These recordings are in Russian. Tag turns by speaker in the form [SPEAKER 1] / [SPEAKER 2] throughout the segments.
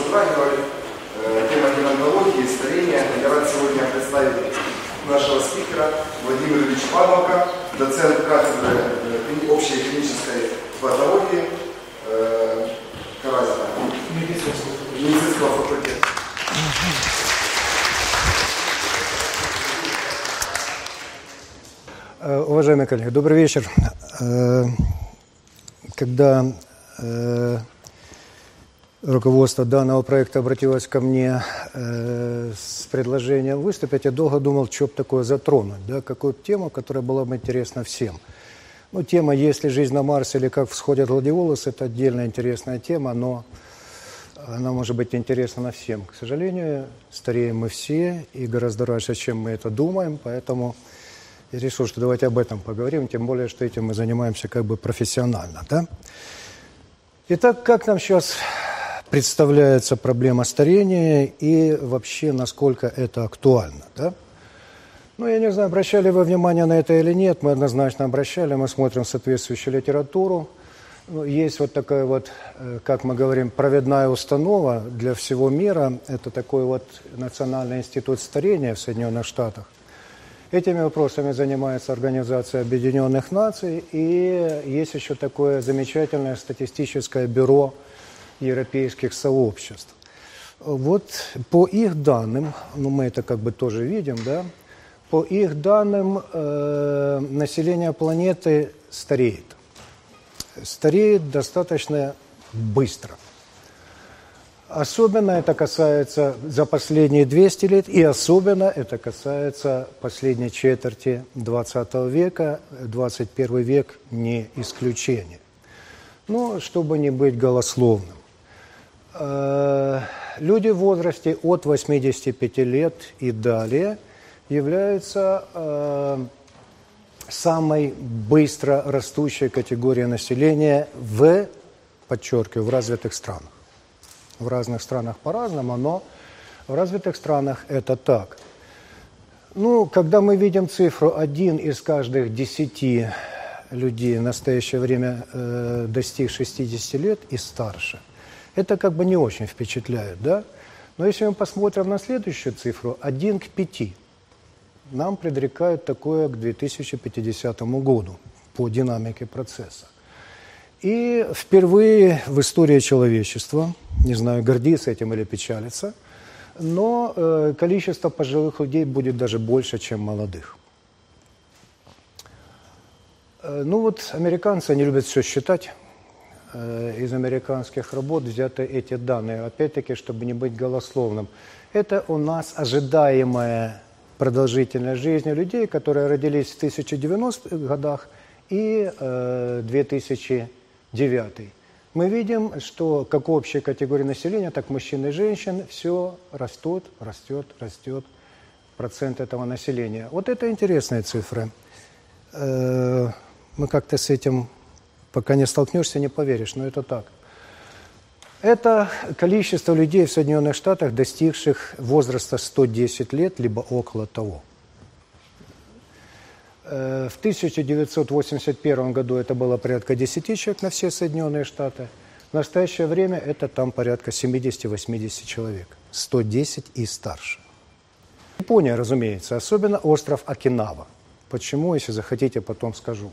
[SPEAKER 1] затрагивали. Тема геронтологии и старения. Я рад сегодня представить нашего спикера Владимир Ильич Падалко, доцент кафедры общей клинической патологии медицинского факультета.
[SPEAKER 2] Уважаемые коллеги, добрый вечер. Когда руководство данного проекта обратилось ко мне с предложением выступить, я долго думал, что бы такое затронуть, да, какую-то тему, которая была бы интересна всем. Ну, тема «Есть ли жизнь на Марсе» или «Как всходят гладиолусы» – это отдельная интересная тема, но она может быть интересна всем. К сожалению, стареем мы все и гораздо раньше, чем мы это думаем, поэтому я решил, что давайте об этом поговорим, тем более, что этим мы занимаемся как бы профессионально, да? Итак, как нам сейчас представляется проблема старения и вообще, насколько это актуально, да? Ну, я не знаю, обращали вы внимание на это или нет, мы однозначно обращали, мы смотрим соответствующую литературу. Ну, есть вот такая вот, как мы говорим, проводная установа для всего мира, это такой вот Национальный институт старения в Соединенных Штатах. Этими вопросами занимается Организация Объединенных Наций, и есть еще такое замечательное статистическое бюро европейских сообществ. Вот по их данным, ну мы это как бы тоже видим, да, по их данным население планеты стареет. Стареет достаточно быстро. Особенно это касается за последние 200 лет, и особенно это касается последней четверти 20 века, 21 век не исключение. Но чтобы не быть голословным. Люди в возрасте от 85 лет и далее являются самой быстро растущей категорией населения подчеркиваю, в развитых странах. В разных странах по-разному, но в развитых странах это так. Ну, когда мы видим цифру 1 из каждых 10 людей в настоящее время достиг 60 лет и старше, это как бы не очень впечатляет, да? Но если мы посмотрим на следующую цифру, 1 к 5, нам предрекают такое к 2050 году по динамике процесса. И впервые в истории человечества, не знаю, гордиться этим или печалиться, но количество пожилых людей будет даже больше, чем молодых. Ну вот американцы, они любят все считать. Из американских работ взяты эти данные. Опять-таки, чтобы не быть голословным. Это у нас ожидаемая продолжительность жизни людей, которые родились в 1090-х годах и 2009. Мы видим, что как общая категория населения, так мужчин и женщин, все растет процент этого населения. Вот это интересные цифры. Мы как-то с этим, пока не столкнешься, не поверишь, но это так. Это количество людей в Соединенных Штатах, достигших возраста 110 лет, либо около того. В 1981 году это было порядка 10 человек на все Соединенные Штаты. В настоящее время это там порядка 70-80 человек. 110 и старше. Япония, разумеется, особенно остров Окинава. Почему, если захотите, потом скажу.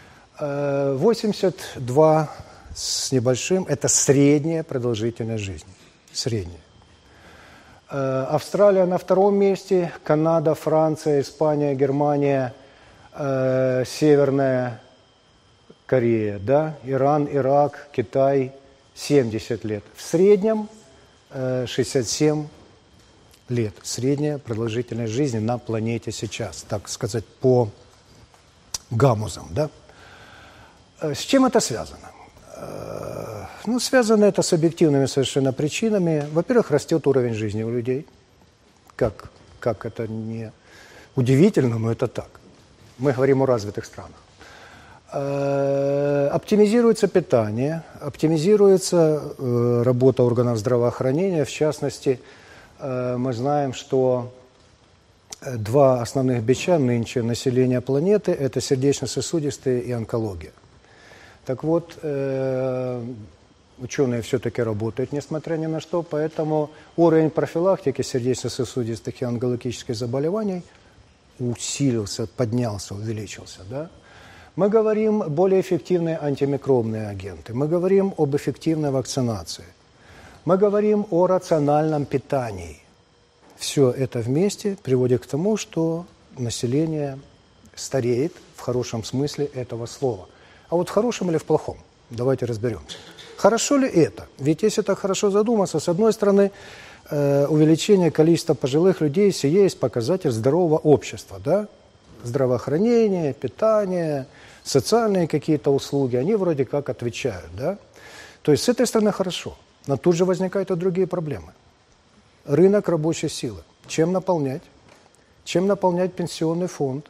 [SPEAKER 2] 82 с небольшим – это средняя продолжительность жизни. Средняя. Австралия на втором месте, Канада, Франция, Испания, Германия, Северная Корея, да, Иран, Ирак, Китай 70 лет. В среднем 67 лет. Средняя продолжительность жизни на планете сейчас, так сказать, по гаммузам, да. С чем это связано? Ну, связано это с объективными совершенно причинами. Во-первых, растет уровень жизни у людей. Как это не удивительно, но это так. Мы говорим о развитых странах. Оптимизируется питание, оптимизируется работа органов здравоохранения. В частности, мы знаем, что два основных бича нынче населения планеты – это сердечно-сосудистые и онкология. Так вот, Ученые все-таки работают, несмотря ни на что, поэтому уровень профилактики сердечно-сосудистых и онкологических заболеваний усилился, поднялся, увеличился. Да? Мы говорим более эффективные антимикробные агенты, мы говорим об эффективной вакцинации, мы говорим о рациональном питании. Все это вместе приводит к тому, что население стареет в хорошем смысле этого слова. А вот в хорошем или в плохом? Давайте разберемся. Хорошо ли это? Ведь если так хорошо задуматься, с одной стороны, увеличение количества пожилых людей сие есть показатель здорового общества. Да? Здравоохранение, питание, социальные какие-то услуги, они вроде как отвечают. Да? То есть с этой стороны хорошо. Но тут же возникают и другие проблемы. Рынок рабочей силы. Чем наполнять? Чем наполнять пенсионный фонд?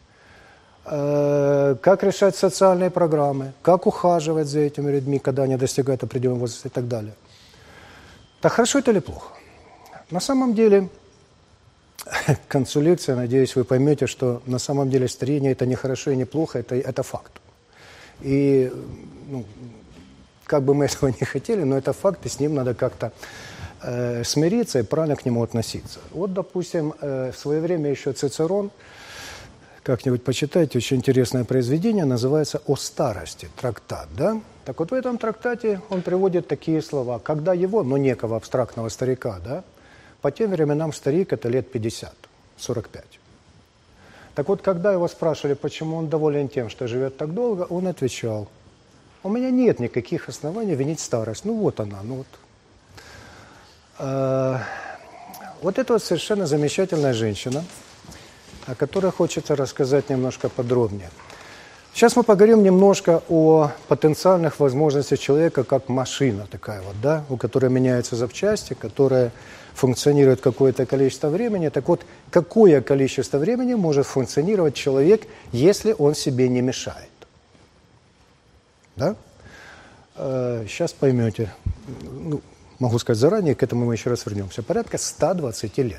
[SPEAKER 2] Как решать социальные программы, как ухаживать за этими людьми, когда они достигают определенного возраста и так далее. Так хорошо это или плохо? На самом деле, к концу лекции, надеюсь, вы поймете, что на самом деле старение это не хорошо и не плохо, это факт. И как бы мы этого не хотели, но это факт, и с ним надо как-то смириться и правильно к нему относиться. Вот, допустим, в свое время еще Цицерон, как-нибудь почитайте, очень интересное произведение, называется «О старости», трактат, да? Так вот в этом трактате он приводит такие слова, когда его, но некого абстрактного старика, да, по тем временам старик это лет 50, 45. Так вот, когда его спрашивали, почему он доволен тем, что живет так долго, он отвечал, у меня нет никаких оснований винить старость, ну вот она, ну вот. Вот это вот совершенно замечательная женщина, о которой хочется рассказать немножко подробнее. Сейчас мы поговорим немножко о потенциальных возможностях человека как машина такая вот, да, у которой меняются запчасти, которая функционирует какое-то количество времени. Так вот, какое количество времени может функционировать человек, если он себе не мешает? Да? Сейчас поймете. Могу сказать заранее, к этому мы еще раз вернемся. Порядка 120 лет.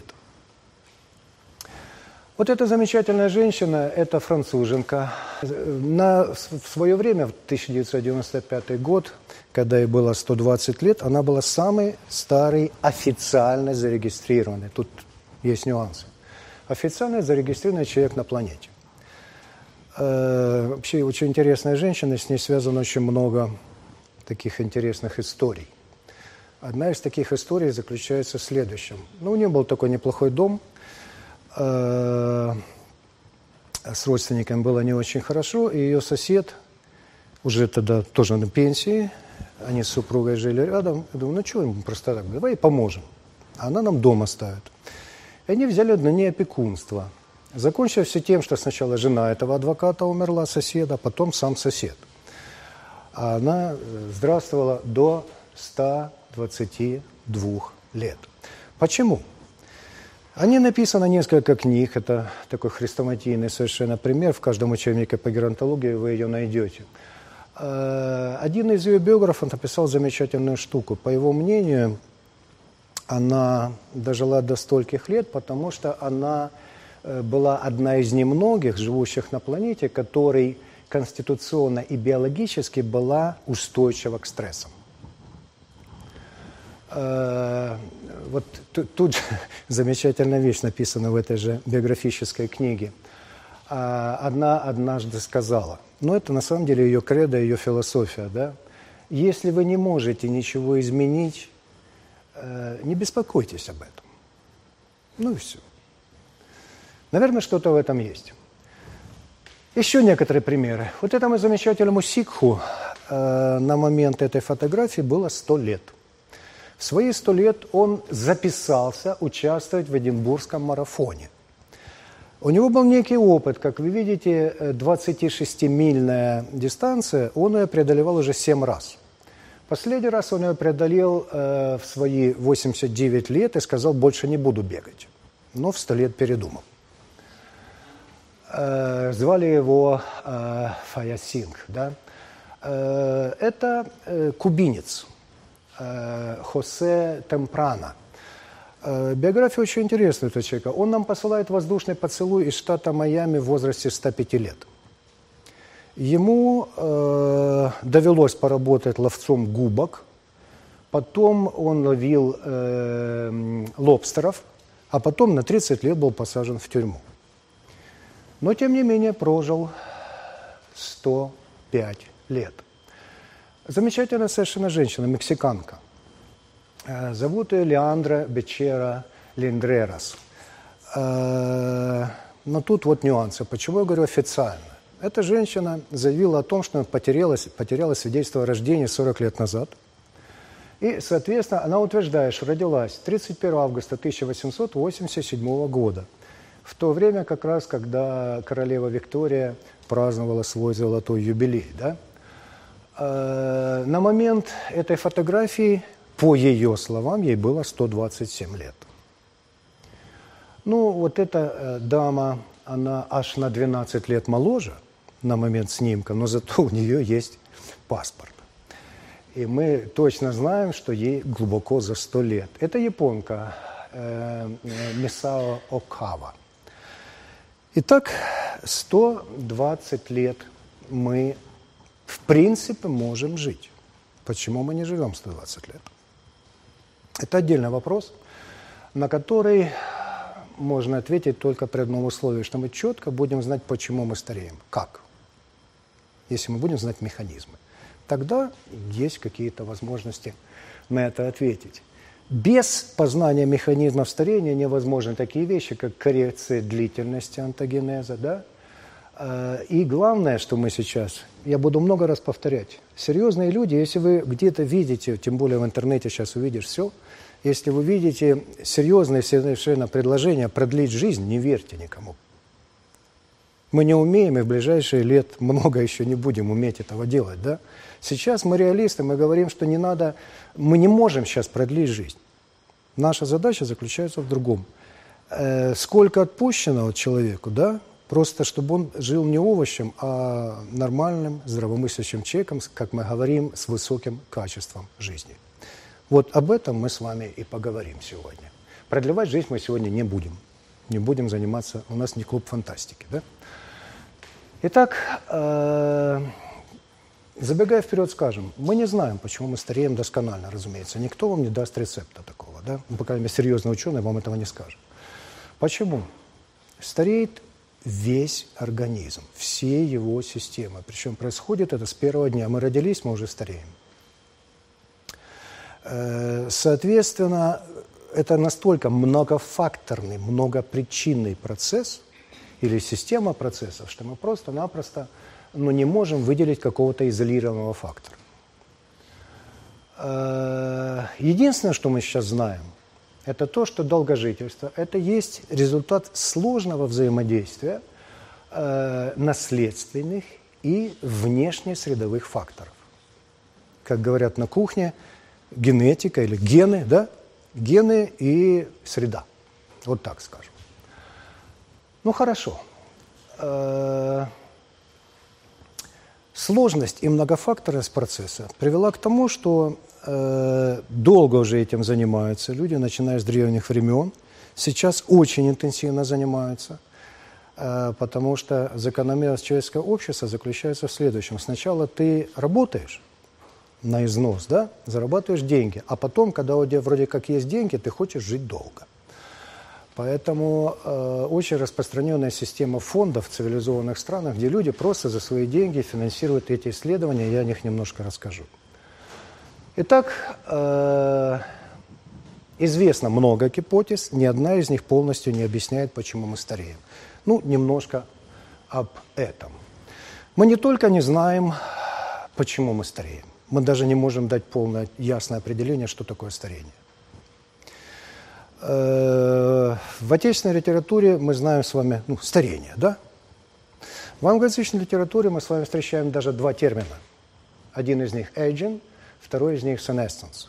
[SPEAKER 2] Вот эта замечательная женщина, это француженка. В свое время, в 1995 год, когда ей было 120 лет, она была самый старый официально зарегистрированный, тут есть нюансы, официально зарегистрированный человек на планете. Вообще очень интересная женщина, с ней связано очень много таких интересных историй. Одна из таких историй заключается в следующем. У нее был такой неплохой дом, с родственниками было не очень хорошо, и ее сосед, уже тогда тоже на пенсии, они с супругой жили рядом, я думаю, что им просто так, давай поможем. Она нам дом оставит. И они взяли на ней опекунство. Закончилось все тем, что сначала жена этого адвоката умерла, соседа, потом сам сосед. А она здравствовала до 122 лет. Почему? О ней написано несколько книг, это такой хрестоматийный совершенно пример, в каждом учебнике по геронтологии вы ее найдете. Один из ее биографов написал замечательную штуку. По его мнению, она дожила до стольких лет, потому что она была одна из немногих живущих на планете, которой конституционно и биологически была устойчива к стрессам. Вот тут замечательная вещь написана в этой же биографической книге. Одна однажды сказала, это на самом деле ее кредо, ее философия, да? Если вы не можете ничего изменить, не беспокойтесь об этом. И все. Наверное, что-то в этом есть. Еще некоторые примеры. Вот этому замечательному сикху на момент этой фотографии было 100 лет. В свои 100 лет он записался участвовать в Эдинбургском марафоне. У него был некий опыт, как вы видите, 26-мильная дистанция, он ее преодолевал уже 7 раз. Последний раз он ее преодолел в свои 89 лет и сказал, больше не буду бегать. Но в 100 лет передумал. Звали его Фая Синг. Да? Это кубинец. Хосе Темпрано. Биография очень интересная этого человека. Он нам посылает воздушный поцелуй из штата Майами в возрасте 105 лет. Ему довелось поработать ловцом губок потом он ловил лобстеров, а потом на 30 лет был посажен в тюрьму. Но, тем не менее, прожил 105 лет. Замечательная совершенно женщина, мексиканка. Зовут ее Леандра Бечера Линдрерас. Но тут вот нюансы. Почему я говорю официально? Эта женщина заявила о том, что она потеряла свидетельство о рождении 40 лет назад. И, соответственно, она утверждает, что родилась 31 августа 1887 года. В то время, как раз, когда королева Виктория праздновала свой золотой юбилей. Да? На момент этой фотографии, по ее словам, ей было 127 лет. Ну, вот эта дама, она аж на 12 лет моложе на момент снимка, но зато у нее есть паспорт. И мы точно знаем, что ей глубоко за 100 лет. Это японка Мисао Окава. Итак, 120 лет мы, в принципе, можем жить. Почему мы не живем 120 лет? Это отдельный вопрос, на который можно ответить только при одном условии, что мы четко будем знать, почему мы стареем. Как? Если мы будем знать механизмы. Тогда есть какие-то возможности на это ответить. Без познания механизмов старения невозможны такие вещи, как коррекция длительности онтогенеза, да? И главное, что мы сейчас, я буду много раз повторять, серьезные люди, если вы где-то видите, тем более в интернете сейчас увидишь все, если вы видите серьезные совершенно предложения продлить жизнь, не верьте никому. Мы не умеем и в ближайшие лет много еще не будем уметь этого делать, да? Сейчас мы реалисты, мы говорим, что не надо, мы не можем сейчас продлить жизнь. Наша задача заключается в другом. Сколько отпущено человеку, да? Просто чтобы он жил не овощем, а нормальным, здравомыслящим человеком, как мы говорим, с высоким качеством жизни. Вот об этом мы с вами и поговорим сегодня. Продлевать жизнь мы сегодня не будем. Не будем заниматься, у нас не клуб фантастики, да? Итак, забегая вперед, скажем, мы не знаем, почему мы стареем досконально, разумеется. Никто вам не даст рецепта такого, да? Ну, по крайней мере, серьезный ученый вам этого не скажет. Почему? Стареет весь организм, все его системы. Причем происходит это с первого дня. Мы родились, мы уже стареем. Соответственно, это настолько многофакторный, многопричинный процесс или система процессов, что мы просто-напросто не можем выделить какого-то изолированного фактора. Единственное, что мы сейчас знаем, это то, что долгожительство – это есть результат сложного взаимодействия наследственных и внешнесредовых факторов. Как говорят на кухне, генетика или гены, да? Гены и среда. Вот так скажем. Ну, хорошо. Сложность и многофакторность процесса привела к тому, что долго уже этим занимаются люди, начиная с древних времен. Сейчас очень интенсивно занимаются, потому что закономерность человеческого общества заключается в следующем. Сначала ты работаешь на износ, да, зарабатываешь деньги, а потом, когда у тебя вроде как есть деньги, ты хочешь жить долго. Поэтому очень распространенная система фондов в цивилизованных странах, где люди просто за свои деньги финансируют эти исследования, я о них немножко расскажу. Итак, известно много гипотез, ни одна из них полностью не объясняет, почему мы стареем. Ну, немножко об этом. Мы не только не знаем, почему мы стареем, мы даже не можем дать полное, ясное определение, что такое старение. В отечественной литературе мы знаем с вами старение, да? В англоязычной литературе мы с вами встречаем даже два термина. Один из них aging, второй из них senescence.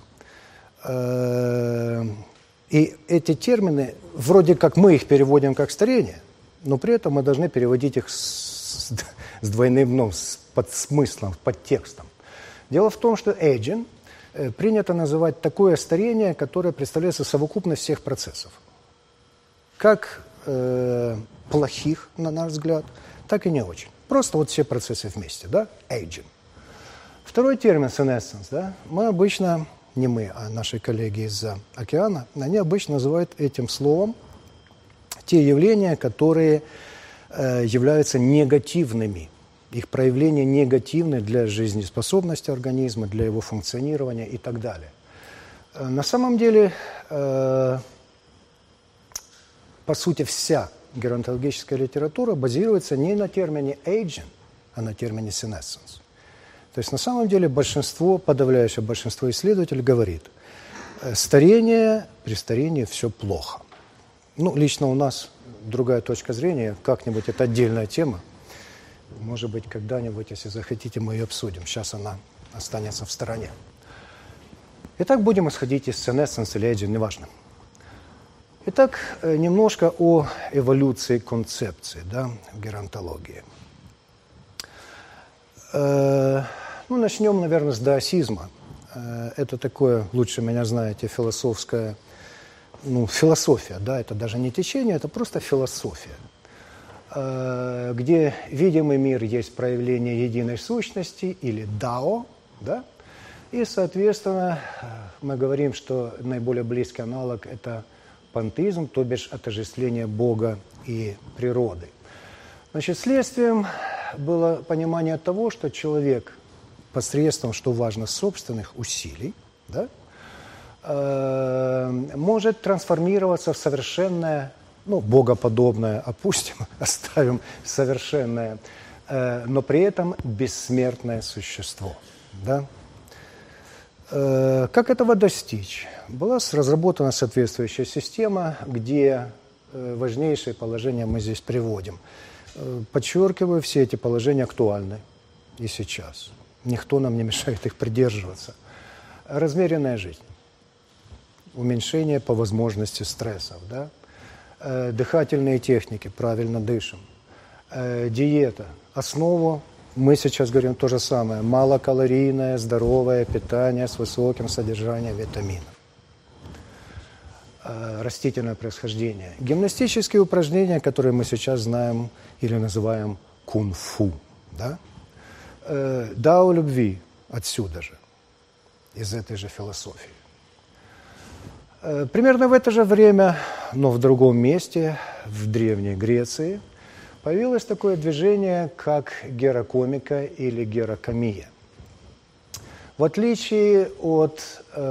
[SPEAKER 2] И эти термины, вроде как мы их переводим как старение, но при этом мы должны переводить их с двойным дном, с подсмыслом, подтекстом. Дело в том, что aging принято называть такое старение, которое представляется совокупность всех процессов. Как плохих, на наш взгляд, так и не очень. Просто вот все процессы вместе, да? Aging. Второй термин senescence, да? Мы обычно не мы, а наши коллеги из-за океана, они обычно называют этим словом те явления, которые являются негативными. Их проявления негативны для жизнеспособности организма, для его функционирования и так далее. На самом деле, по сути, вся геронтологическая литература базируется не на термине aging, а на термине senescence. То есть на самом деле большинство, подавляющее большинство исследователей говорит, старение, при старении все плохо. Ну, лично у нас другая точка зрения, как-нибудь это отдельная тема. Может быть, когда-нибудь, если захотите, мы ее обсудим. Сейчас она останется в стороне. Итак, будем исходить из senescence или aging, неважно. Итак, немножко о эволюции концепции, да, в геронтологии. Начнем, наверное, с даосизма. Это такое, лучше меня знаете, философское, философия, да, это даже не течение, это просто философия, где видимый мир есть проявление единой сущности или дао, да, и, соответственно, мы говорим, что наиболее близкий аналог – это пантеизм, то бишь отождествление Бога и природы. Значит, следствием было понимание того, что человек посредством, что важно, собственных усилий, да, может трансформироваться в совершенное, богоподобное, опустим, оставим совершенное, но при этом бессмертное существо. Да? Как этого достичь? Была разработана соответствующая система, где важнейшие положения мы здесь приводим. Подчеркиваю, все эти положения актуальны и сейчас. Никто нам не мешает их придерживаться. Размеренная жизнь, уменьшение по возможности стрессов, да? Дыхательные техники, правильно дышим, диета, основу, мы сейчас говорим то же самое, малокалорийное, здоровое питание с высоким содержанием витаминов, растительное происхождение, гимнастические упражнения, которые мы сейчас знаем или называем кунг-фу, да? Дао любви отсюда же, из этой же философии. Примерно в это же время, но в другом месте, в Древней Греции, появилось такое движение, как герокомика или герокомия. В отличие от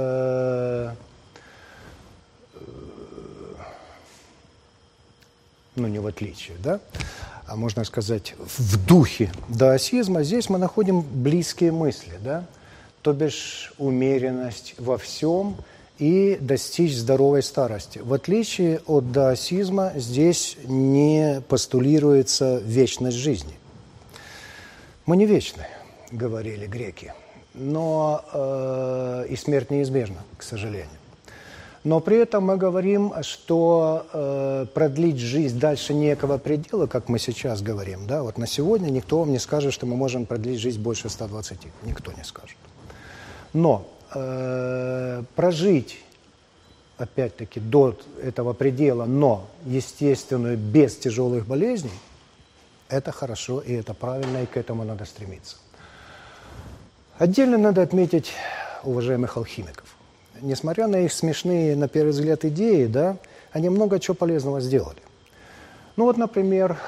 [SPEAKER 2] не в отличие, да, а можно сказать, в духе даосизма, здесь мы находим близкие мысли, да, то бишь умеренность во всем и достичь здоровой старости. В отличие от даосизма, здесь не постулируется вечность жизни. Мы не вечны, говорили греки, но и смерть неизбежна, к сожалению. Но при этом мы говорим, что продлить жизнь дальше некого предела, как мы сейчас говорим, да, вот на сегодня никто вам не скажет, что мы можем продлить жизнь больше 120. Никто не скажет. Но прожить, опять-таки, до этого предела, но естественную, без тяжелых болезней, это хорошо и это правильно, и к этому надо стремиться. Отдельно надо отметить уважаемых алхимиков. Несмотря на их смешные, на первый взгляд, идеи, да, они много чего полезного сделали. Например,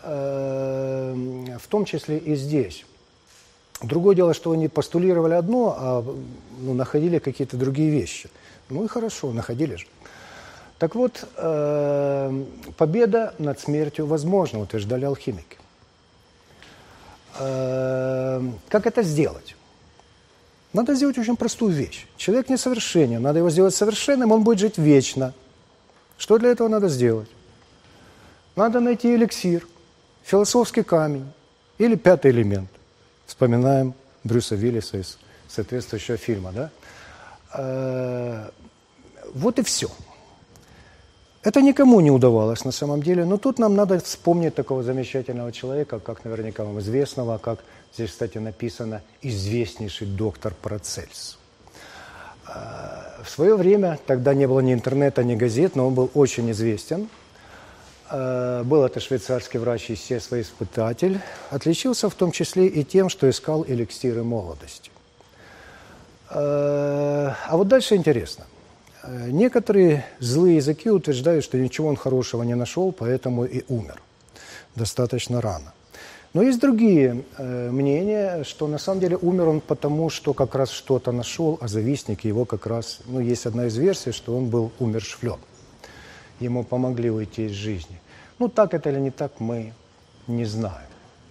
[SPEAKER 2] в том числе и здесь. Другое дело, что они постулировали одно, а находили какие-то другие вещи. И хорошо, находили же. Так вот, победа над смертью возможна, утверждали алхимики. Как это сделать? Надо сделать очень простую вещь. Человек несовершенен, надо его сделать совершенным, он будет жить вечно. Что для этого надо сделать? Надо найти эликсир, философский камень или пятый элемент. Вспоминаем Брюса Уиллиса из соответствующего фильма, да? Вот и все. Это никому не удавалось на самом деле, но тут нам надо вспомнить такого замечательного человека, как наверняка вам известного, как здесь, кстати, написано, известнейший доктор Парацельс. В свое время, тогда не было ни интернета, ни газет, но он был очень известен. Был это швейцарский врач и естествоиспытатель. Отличился в том числе и тем, что искал эликсиры молодости. А вот дальше интересно. Некоторые злые языки утверждают, что ничего он хорошего не нашел, поэтому и умер достаточно рано. Но есть другие мнения, что на самом деле умер он потому, что как раз что-то нашел, а завистники его как раз... Ну, есть одна из версий, что он был умершвлен. Ему помогли уйти из жизни. Ну, так это или не так, мы не знаем.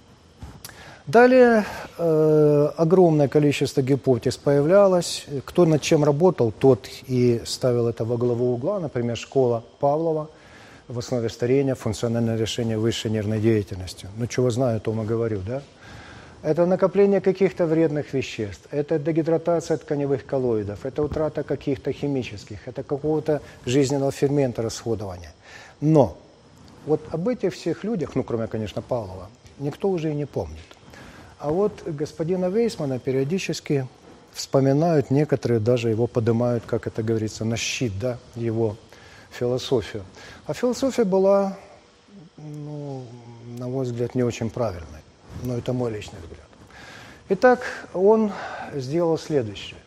[SPEAKER 2] Далее огромное количество гипотез появлялось. Кто над чем работал, тот и ставил это во главу угла. Например, школа Павлова, в основе старения, функциональное решение высшей нервной деятельности. Ну, чего знаю, то и говорю, да? Это накопление каких-то вредных веществ, это дегидратация тканевых коллоидов, это утрата каких-то химических, это какого-то жизненного фермента расходования. Но вот об этих всех людях, ну, кроме, конечно, Павлова, никто уже и не помнит. А вот господина Вейсмана периодически вспоминают, некоторые даже его поднимают, как это говорится, на щит, да, его философию. А философия была, ну, на мой взгляд, не очень правильной. Но это мой личный взгляд. Итак, он сделал следующее.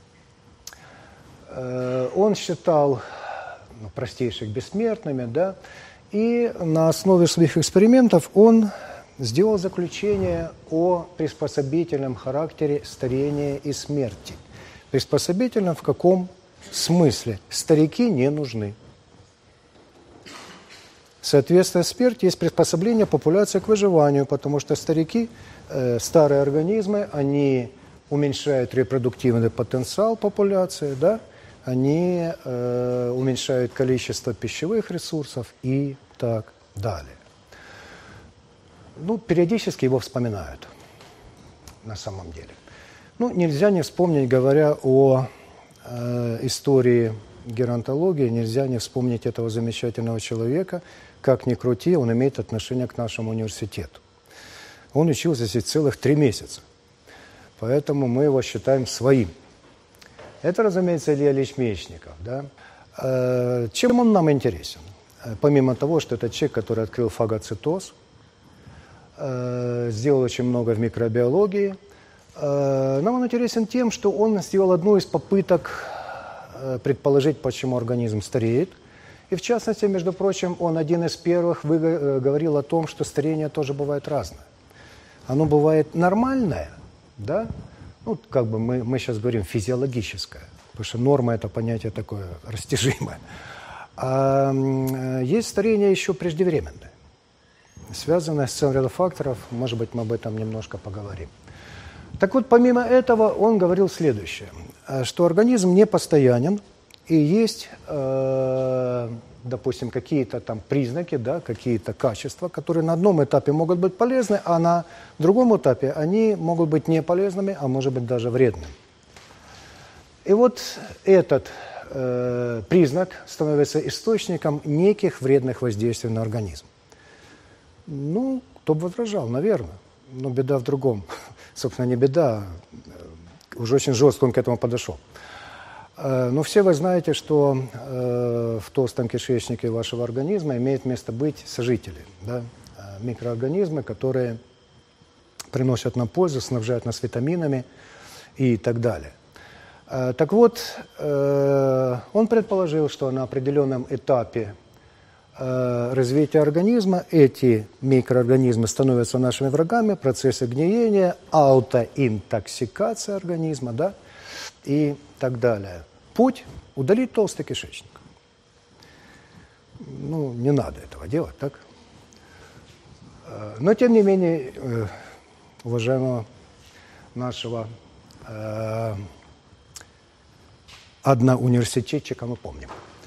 [SPEAKER 2] Он считал простейших бессмертными, да, и на основе своих экспериментов он сделал заключение о приспособительном характере старения и смерти. Приспособительном в каком смысле? Старики не нужны. Соответственно, смерть есть приспособление популяции к выживанию, потому что старики, старые организмы, они уменьшают репродуктивный потенциал популяции, да? Они уменьшают количество пищевых ресурсов и так далее. Ну, периодически его вспоминают на самом деле. Ну, нельзя не вспомнить, говоря о истории геронтологии, нельзя не вспомнить этого замечательного человека. Как ни крути, он имеет отношение к нашему университету. Он учился здесь целых 3 месяца, поэтому мы его считаем своим. Это, разумеется, Илья Ильич Мечников. Да? Чем он нам интересен? Помимо того, что это человек, который открыл фагоцитоз, сделал очень много в микробиологии, нам он интересен тем, что он сделал одну из попыток предположить, почему организм стареет. И в частности, между прочим, он один из первых говорил о том, что старение тоже бывает разное. Оно бывает нормальное, да? Ну, как бы мы сейчас говорим физиологическое, потому что норма – это понятие такое растяжимое. А есть старение еще преждевременное, связанное с целым рядом факторов. Может быть, мы об этом немножко поговорим. Так вот, помимо этого, он говорил следующее, что организм не постоянен, и есть, допустим, какие-то там признаки, да, какие-то качества, которые на одном этапе могут быть полезны, а на другом этапе они могут быть не полезными, а может быть даже вредными. И вот этот признак становится источником неких вредных воздействий на организм. Ну, кто бы возражал, наверное, но беда в другом. Собственно, не беда, уже очень жестко он к этому подошел. Но все вы знаете, что в толстом кишечнике вашего организма имеет место быть сожители, да? Микроорганизмы, которые приносят нам пользу, снабжают нас витаминами и так далее. Так вот, он предположил, что на определенном этапе развития организма эти микроорганизмы становятся нашими врагами, процессы гниения, аутоинтоксикация организма, да, и так далее. Путь – удалить толстый кишечник. Ну, не надо этого делать, так? Но, тем не менее, уважаемого нашего одноуниверситетчика мы помним.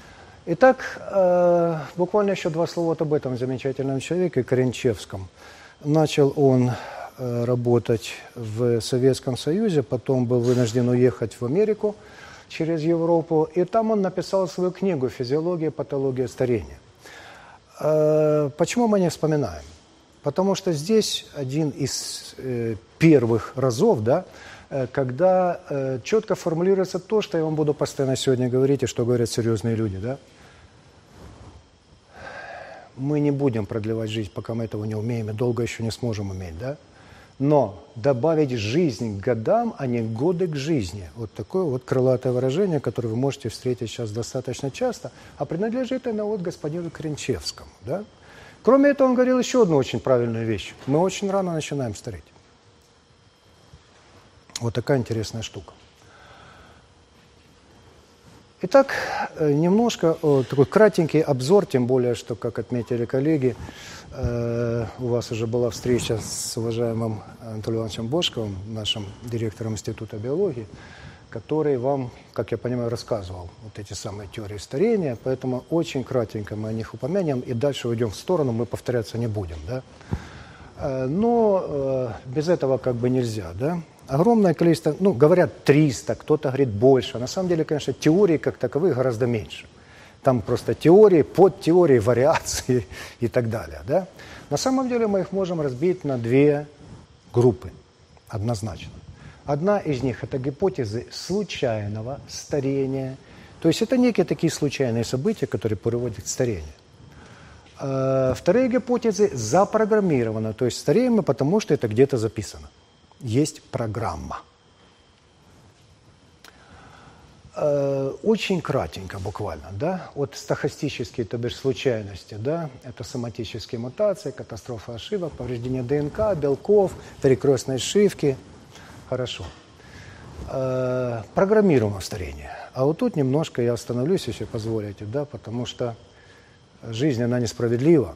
[SPEAKER 2] Итак, буквально еще 2 слова вот об этом замечательном человеке, Коренчевском. Начал он работать в Советском Союзе, потом был вынужден уехать в Америку через Европу, и там он написал свою книгу «Физиология и патология старения». Почему мы не вспоминаем? Потому что здесь один из первых разов, да, когда четко формулируется то, что я вам буду постоянно сегодня говорить, и что говорят серьезные люди, да? Мы не будем продлевать жизнь, пока мы этого не умеем, и долго еще не сможем уметь, да? Но добавить жизнь к годам, а не годы к жизни. Вот такое вот крылатое выражение, которое вы можете встретить сейчас достаточно часто, а принадлежит оно вот господину Кринчевскому. Да? Кроме этого, он говорил еще одну очень правильную вещь. Мы очень рано начинаем стареть. Вот такая интересная штука. Итак, немножко такой кратенький обзор, тем более, что, как отметили коллеги, у вас уже была встреча с уважаемым Анатолием Ивановичем Бошковым, нашим директором Института биологии, который вам, как я понимаю, рассказывал вот эти самые теории старения, поэтому очень кратенько мы о них упомянем, и дальше уйдем в сторону, мы повторяться не будем. Да? Но без этого как бы нельзя, да? Огромное количество, ну, говорят 300, кто-то говорит больше. На самом деле, конечно, теорий как таковых гораздо меньше. Там просто теории, подтеории, вариации и так далее. Да? На самом деле мы их можем разбить на две группы, однозначно. Одна из них – это гипотезы случайного старения. То есть это некие такие случайные события, которые приводят к старению. Вторые гипотезы запрограммированы. То есть стареем мы потому, что это где-то записано. Есть программа. Очень кратенько буквально, да, вот стохастические, то бишь случайности, да, это соматические мутации, катастрофа ошибок, повреждение ДНК, белков, перекрестной сшивки. Хорошо. Программируемое старение. А вот тут немножко я остановлюсь, если позволите, да, потому что жизнь, она несправедлива,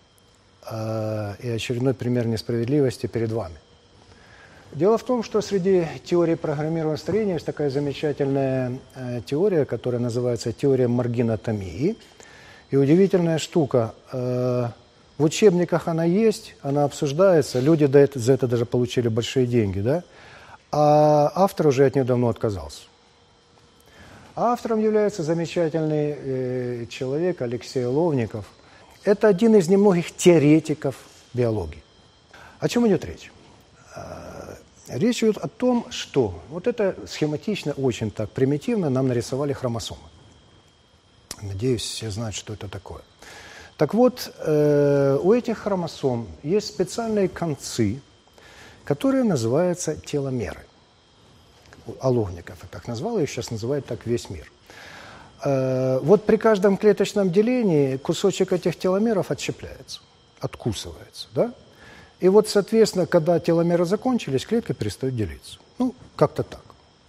[SPEAKER 2] и очередной пример несправедливости перед вами. Дело в том, что среди теорий программирования старения есть такая замечательная теория, которая называется теория маргинотомии. И удивительная штука, в учебниках она есть, она обсуждается, люди за это даже получили большие деньги, да? А автор уже от нее давно отказался. Автором является замечательный человек Алексей Ловников. Это один из немногих теоретиков биологии. О чем идет речь? Речь идет о том, что вот это схематично, очень так примитивно нам нарисовали хромосомы. Надеюсь, все знают, что это такое. Так вот, у этих хромосом есть специальные концы, которые называются теломеры. Ловников так назвал, их сейчас называют так весь мир. Вот при каждом клеточном делении кусочек этих теломеров отщепляется, откусывается, да? И вот, соответственно, когда теломеры закончились, клетка перестает делиться. Ну, как-то так.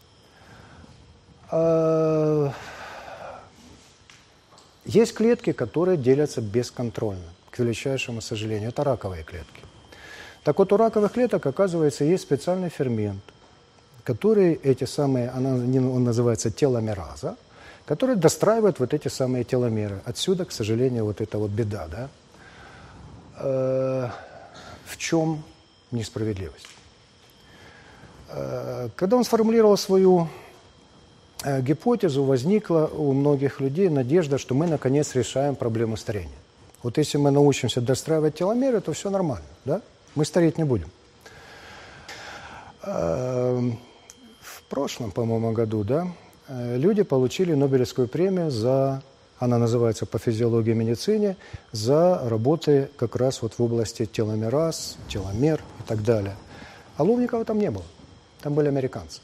[SPEAKER 2] Есть клетки, которые делятся бесконтрольно, к величайшему сожалению. Это раковые клетки. Так вот, у раковых клеток, оказывается, есть специальный фермент, который эти самые, он называется теломераза, который достраивает вот эти самые теломеры. Отсюда, к сожалению, вот эта вот беда, да? В чем несправедливость? Когда он сформулировал свою гипотезу, возникла у многих людей надежда, что мы наконец решаем проблему старения. Вот если мы научимся достраивать теломеры, то все нормально, да? Мы стареть не будем. В прошлом, по-моему, году, да, люди получили Нобелевскую премию за, она называется по физиологии и медицине, за работы как раз вот в области теломераз, теломер и так далее. А Ловникова там не было. Там были американцы.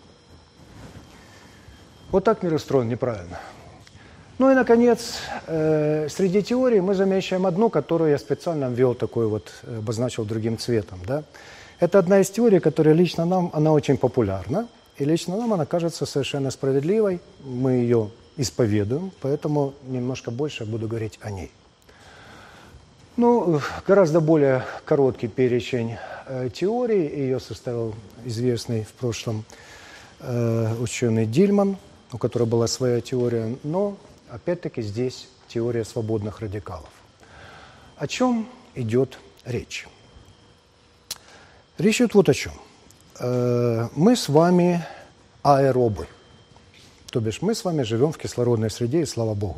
[SPEAKER 2] Вот так мир устроен неправильно. Ну и, наконец, среди теорий мы замечаем одну, которую я специально ввел такой вот, обозначил другим цветом. Да? Это одна из теорий, которая лично нам, она очень популярна, и лично нам она кажется совершенно справедливой. Мы ее исповедуем, поэтому немножко больше буду говорить о ней. Ну, гораздо более короткий перечень теорий, ее составил известный в прошлом ученый Дильман, у которого была своя теория, но опять-таки здесь теория свободных радикалов. О чем идет речь? Речь идет вот о чем. Мы с вами аэробы, то бишь мы с вами живем в кислородной среде, и слава Богу.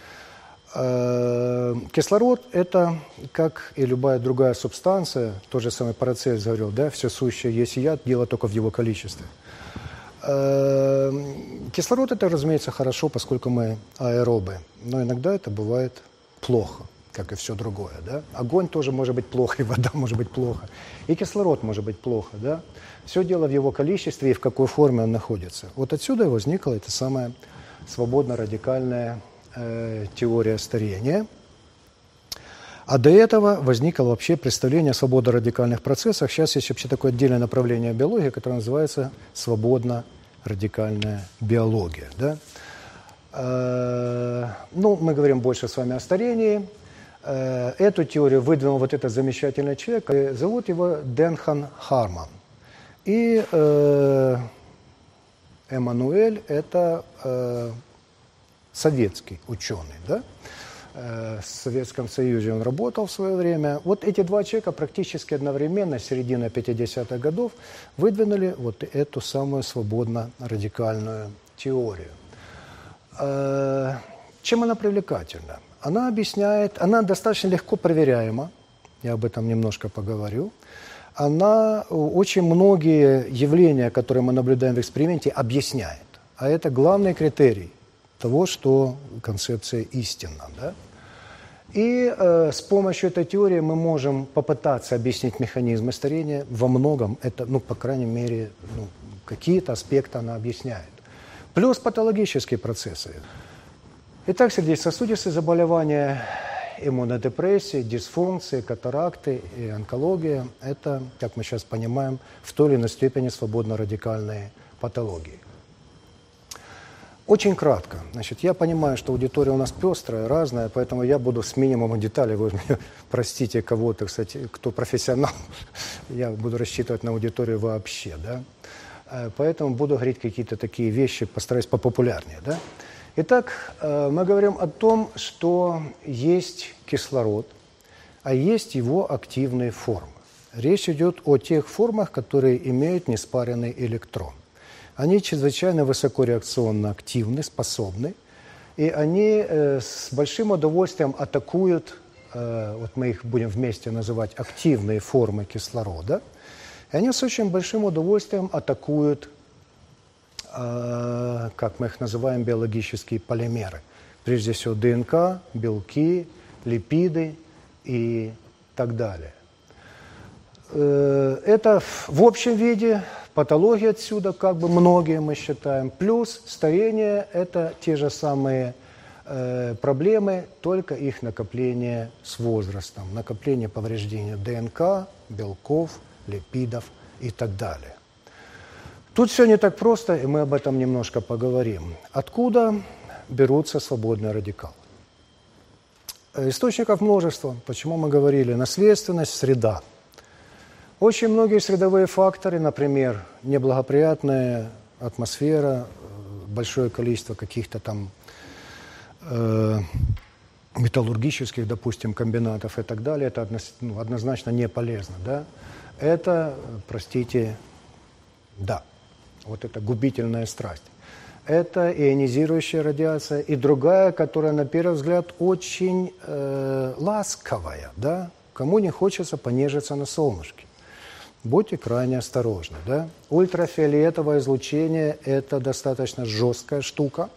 [SPEAKER 2] Кислород – это, как и любая другая субстанция, тот же самый Парацельс говорил, да, все сущее есть яд, дело только в его количестве. Кислород – это, разумеется, хорошо, поскольку мы аэробы, но иногда это бывает плохо. как и все другое. Да? Огонь тоже может быть плохо, и вода может быть плохо, и кислород может быть плохо. Да? Все дело в его количестве и в какой форме он находится. Вот отсюда и возникла эта самая свободно-радикальная теория старения. А до этого возникло вообще представление о свободно-радикальных процессах. Сейчас есть вообще такое отдельное направление биологии, которое называется свободно-радикальная биология. Да? Мы говорим больше с вами о старении. Эту теорию выдвинул вот этот замечательный человек. Зовут его Денхан Харман. И Эммануэль – это советский ученый. Да? В Советском Союзе он работал в свое время. Вот эти два человека практически одновременно, середина 50-х годов, выдвинули вот эту самую свободно-радикальную теорию. Чем она привлекательна? Она объясняет, она достаточно легко проверяема, я об этом немножко поговорю. Она очень многие явления, которые мы наблюдаем в эксперименте, объясняет. А это главный критерий того, что концепция истинна. Да? И с помощью этой теории мы можем попытаться объяснить механизмы старения. Во многом это, по крайней мере, какие-то аспекты она объясняет. Плюс патологические процессы. Итак, сердечно-сосудистые заболевания, иммунодепрессии, дисфункции, катаракты и онкология – это, как мы сейчас понимаем, в той или иной степени свободно-радикальные патологии. Очень кратко. Значит, я понимаю, что аудитория у нас пестрая, разная, поэтому я буду с минимумом деталей. Вы меня простите кого-то, кстати, кто профессионал, я буду рассчитывать на аудиторию вообще, да. Поэтому буду говорить какие-то такие вещи, постараюсь попопулярнее, да. Итак, мы говорим о том, что есть кислород, а есть его активные формы. Речь идет о тех формах, которые имеют неспаренный электрон. Они чрезвычайно высокореакционно активны, способны, и они с большим удовольствием атакуют, вот мы их будем вместе называть активные формы кислорода, и они с очень большим удовольствием атакуют, как мы их называем, биологические полимеры. Прежде всего ДНК, белки, липиды и так далее. Это в общем виде патологии отсюда, многие мы считаем. Плюс старение – это те же самые проблемы, только их накопление с возрастом. Накопление повреждения ДНК, белков, липидов и так далее. Тут все не так просто, и мы об этом немножко поговорим. Откуда берутся свободные радикалы? Источников множество. Почему мы говорили? Наследственность, среда. Очень многие средовые факторы, например, неблагоприятная атмосфера, большое количество каких-то там металлургических, допустим, комбинатов и так далее, это однозначно не полезно. Да? Это, вот это губительная страсть. Это ионизирующая радиация и другая, которая, на первый взгляд, очень ласковая. Да? Кому не хочется понежиться на солнышке. Будьте крайне осторожны. Да? Ультрафиолетовое излучение – это достаточно жесткая штука.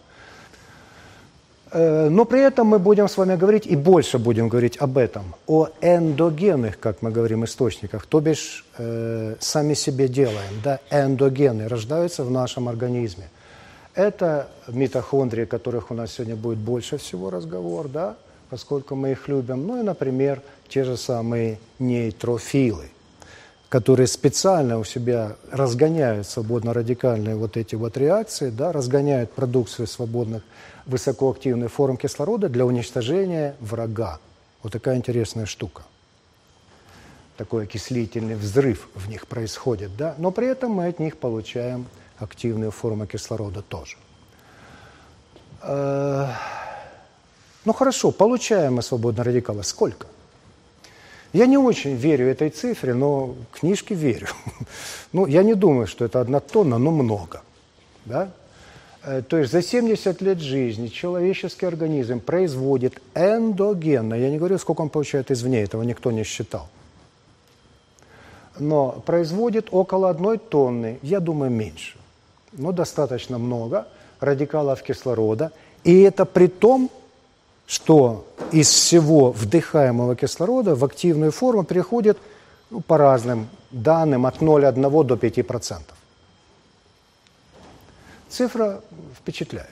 [SPEAKER 2] Но при этом мы будем с вами говорить, и больше будем говорить об этом, о эндогенных, как мы говорим, источниках, то бишь сами себе делаем. Да? Эндогены рождаются в нашем организме. Это митохондрии, которых у нас сегодня будет больше всего разговор, да? Поскольку мы их любим. Ну и, например, те же самые нейтрофилы, которые специально у себя разгоняют свободно-радикальные вот эти вот реакции, да, разгоняют продукцию свободных высокоактивных форм кислорода для уничтожения врага. Вот такая интересная штука. Такой окислительный взрыв в них происходит, да, но при этом мы от них получаем активные формы кислорода тоже. Хорошо, получаем мы свободные радикалы. Сколько? Я не очень верю этой цифре, но книжке верю. Я не думаю, что это 1 тонна, но много. Да? То есть за 70 лет жизни человеческий организм производит эндогенно, я не говорю, сколько он получает извне, этого никто не считал, но производит около 1 тонны, я думаю, меньше, но достаточно много радикалов кислорода, и это при том, что из всего вдыхаемого кислорода в активную форму переходит, по разным данным, от 0,1 до 5%. Цифра впечатляет.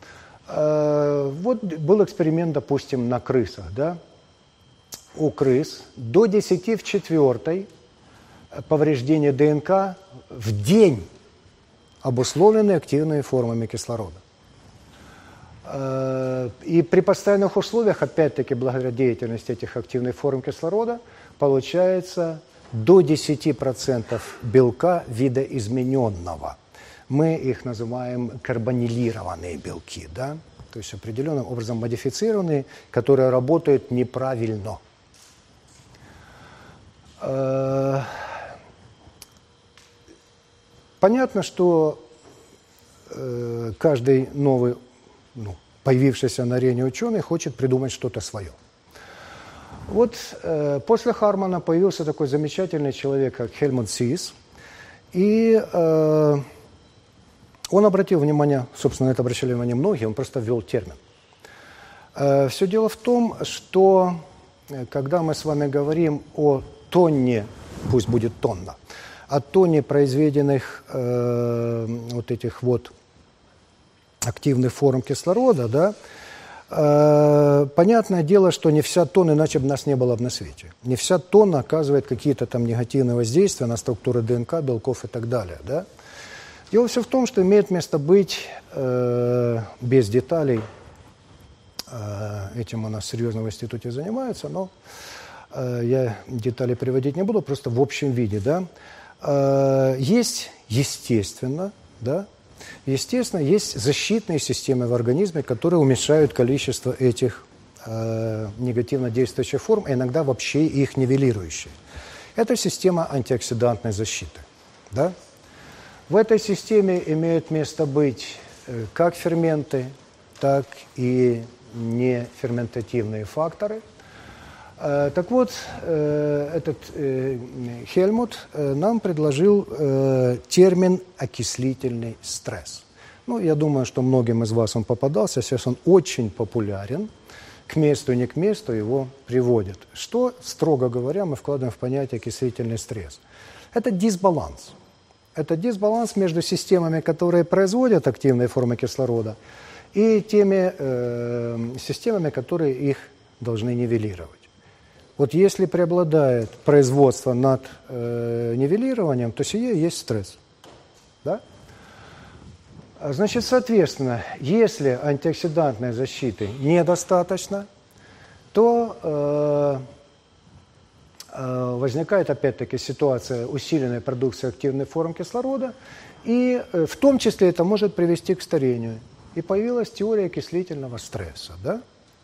[SPEAKER 2] Вот был эксперимент, допустим, на крысах. Да? У крыс до 10 в 4 повреждения ДНК в день обусловлены активными формами кислорода. И при постоянных условиях, опять-таки, благодаря деятельности этих активных форм кислорода, получается до 10% белка видоизмененного. Мы их называем карбонилированные белки, да? То есть определенным образом модифицированные, которые работают неправильно. Понятно, что каждый новый, появившийся на арене ученый хочет придумать что-то свое. Вот после Хармана появился такой замечательный человек, как Хельмут Сис, и он обратил внимание, собственно, на это обращали внимание многие, он просто ввел термин. Все дело в том, что когда мы с вами говорим о тонне, пусть будет тонна, о тонне произведенных вот этих вот активных форм кислорода, да, понятное дело, что не вся тонна, иначе бы нас не было на свете. Не вся тонна оказывает какие-то там негативные воздействия на структуры ДНК, белков и так далее, да. Дело все в том, что имеет место быть, без деталей, этим у нас серьезно в институте занимаются, но я детали приводить не буду, просто в общем виде, да. Есть, естественно, есть защитные системы в организме, которые уменьшают количество этих негативно действующих форм, а иногда вообще их нивелирующие. Это система антиоксидантной защиты, да. В этой системе имеют место быть как ферменты, так и неферментативные факторы. Так вот, этот Хельмут нам предложил термин «окислительный стресс». Я думаю, что многим из вас он попадался, сейчас он очень популярен, к месту и не к месту его приводят. Что, строго говоря, мы вкладываем в понятие «окислительный стресс»? Это дисбаланс. Это дисбаланс между системами, которые производят активные формы кислорода, и теми системами, которые их должны нивелировать. Вот если преобладает производство над нивелированием, то сие есть стресс. Да? Значит, соответственно, если антиоксидантной защиты недостаточно, то возникает опять-таки ситуация усиленной продукции активных форм кислорода, и в том числе это может привести к старению. И появилась теория окислительного стресса. Да?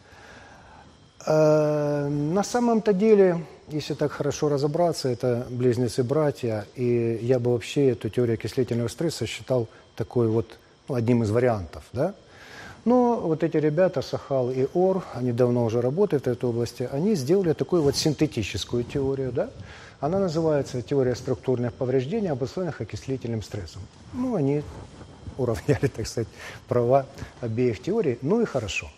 [SPEAKER 2] На самом-то деле, если так хорошо разобраться, это близнецы-братья, и я бы вообще эту теорию окислительного стресса считал такой вот, одним из вариантов. Да? Но вот эти ребята, Сахал и Ор, они давно уже работают в этой области, они сделали такую вот синтетическую теорию. Да? Она называется «Теория структурных повреждений, обусловленных окислительным стрессом». Они уравняли, так сказать, права обеих теорий. Ну и хорошо.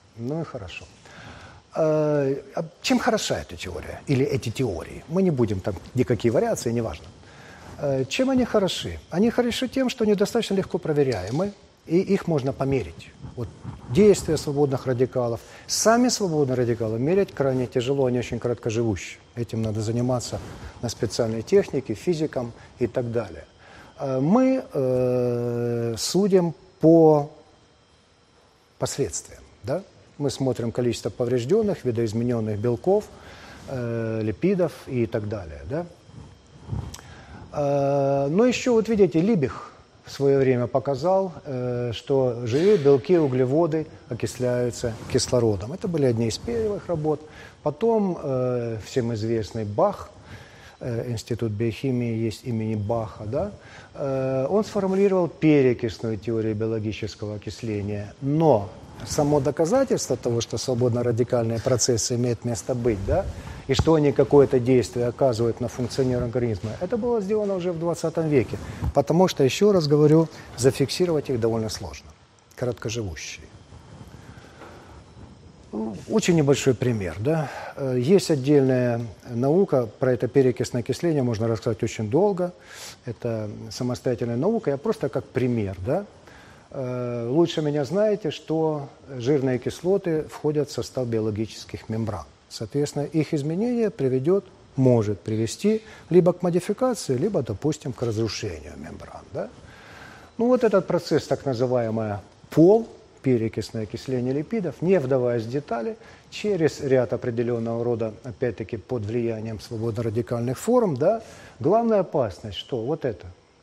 [SPEAKER 2] Чем хороша эта теория или эти теории? Мы не будем там никакие вариации, неважно. Чем они хороши? Они хороши тем, что они достаточно легко проверяемы, и их можно померить. Вот действия свободных радикалов. Сами свободные радикалы мерять крайне тяжело, они очень короткоживущие. Этим надо заниматься на специальной технике, физикам и так далее. Мы судим по последствиям, да? Мы смотрим количество поврежденных, видоизмененных белков, липидов и так далее. Да? Но еще, вот видите, Либих в свое время показал, что живые белки, углеводы окисляются кислородом. Это были одни из первых работ. Потом всем известный Бах, Институт биохимии есть имени Баха, да? Он сформулировал перекисную теорию биологического окисления, но само доказательство того, что свободно-радикальные процессы имеют место быть, да, и что они какое-то действие оказывают на функционирование организма, это было сделано уже в 20 веке, потому что, еще раз говорю, зафиксировать их довольно сложно, короткоживущие. Очень небольшой пример. Да? Есть отдельная наука, про это перекисное окисление можно рассказать очень долго. Это самостоятельная наука. Я просто как пример. Да? Лучше меня знаете, что жирные кислоты входят в состав биологических мембран. Соответственно, их изменение может привести либо к модификации, либо, допустим, к разрушению мембран. Да? Ну вот этот процесс, так называемый ПОЛ, перекисное окисление липидов, не вдаваясь в детали, через ряд определенного рода, опять-таки, под влиянием свободно-радикальных форм, да, главная опасность, что вот это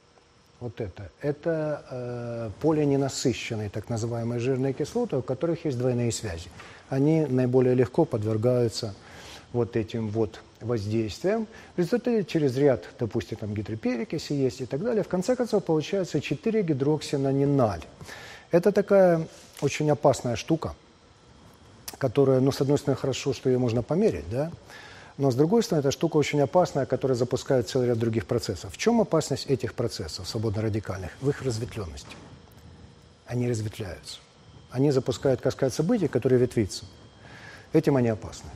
[SPEAKER 2] полиненасыщенные, так называемые жирные кислоты, у которых есть двойные связи. Они наиболее легко подвергаются вот этим вот воздействиям. В результате через ряд, допустим, там гидроперекиси есть и так далее, в конце концов получается 4-гидроксиноненаль. Это такая очень опасная штука, которая, ну, с одной стороны, хорошо, что ее можно померить, да, но с другой стороны, эта штука очень опасная, которая запускает целый ряд других процессов. В чем опасность этих процессов, свободно-радикальных? В их разветвленности. Они разветвляются. Они запускают каскад событий, которые ветвится. Этим они опасны.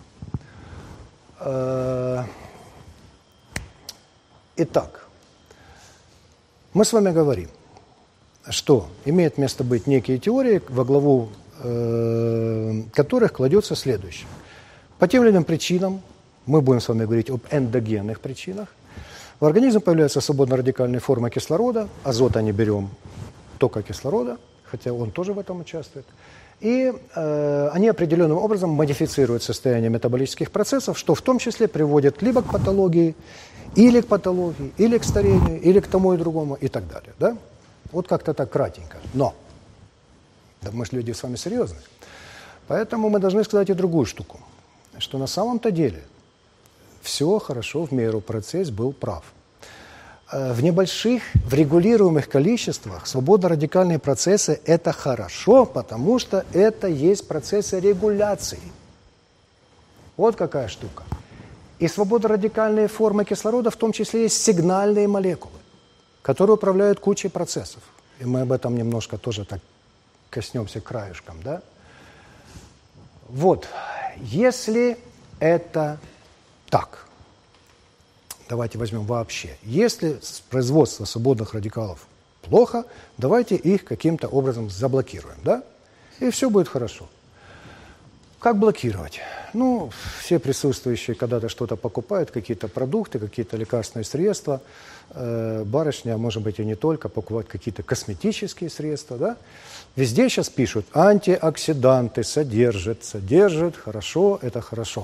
[SPEAKER 2] Итак, мы с вами говорим, что имеет место быть некие теории, во главу которых кладется следующее. По тем или иным причинам, мы будем с вами говорить об эндогенных причинах, в организме появляются свободно-радикальные формы кислорода, азота не берем, только кислорода, хотя он тоже в этом участвует, и они определенным образом модифицируют состояние метаболических процессов, что в том числе приводит либо к патологии, или к старению, или к тому и другому, и так далее. Да? Вот как-то так кратенько. Но, да мы же люди с вами серьезные, поэтому мы должны сказать и другую штуку, что на самом-то деле все хорошо в меру, процесс был прав. В небольших, в регулируемых количествах свободно-радикальные процессы – это хорошо, потому что это есть процессы регуляции. Вот какая штука. И свободно-радикальные формы кислорода в том числе есть сигнальные молекулы, которые управляют кучей процессов. И мы об этом немножко тоже так коснемся краешком. Да? Вот, если это так, давайте возьмем вообще. Если производство свободных радикалов плохо, давайте их каким-то образом заблокируем, да? И все будет хорошо. Как блокировать? Ну, все присутствующие когда-то что-то покупают, какие-то продукты, какие-то лекарственные средства. Барышня, может быть, и не только, покупают какие-то косметические средства, да? Везде сейчас пишут, антиоксиданты содержат, хорошо, это хорошо.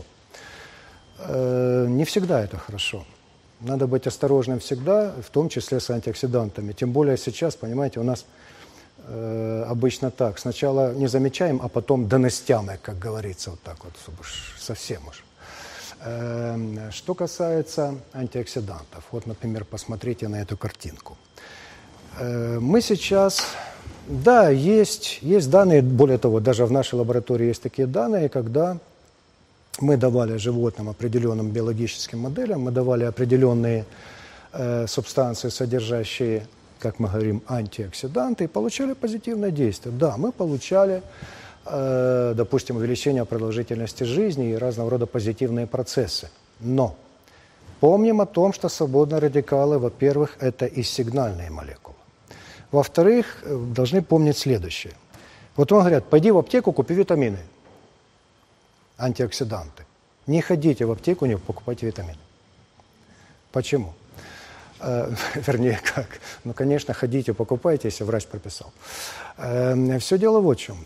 [SPEAKER 2] Не всегда это хорошо. Надо быть осторожным всегда, в том числе с антиоксидантами. Тем более сейчас, понимаете, у нас обычно так. Сначала не замечаем, а потом донестями, как говорится, вот так вот, совсем уж. Что касается антиоксидантов, вот, например, посмотрите на эту картинку. Мы сейчас, да, есть данные, более того, даже в нашей лаборатории есть такие данные, когда мы давали животным определенным биологическим моделям, мы давали определенные субстанции, содержащие, как мы говорим, антиоксиданты, и получали позитивное действие. Да, мы получали, допустим, увеличение продолжительности жизни и разного рода позитивные процессы. Но помним о том, что свободные радикалы, во-первых, это и сигнальные молекулы. Во-вторых, должны помнить следующее. Вот вам говорят, пойди в аптеку, купи витамины, антиоксиданты. Не ходите в аптеку, не покупайте витамины. Почему? Вернее, как? Ну, конечно, ходите, покупайте, если врач прописал. Все дело вот в чем.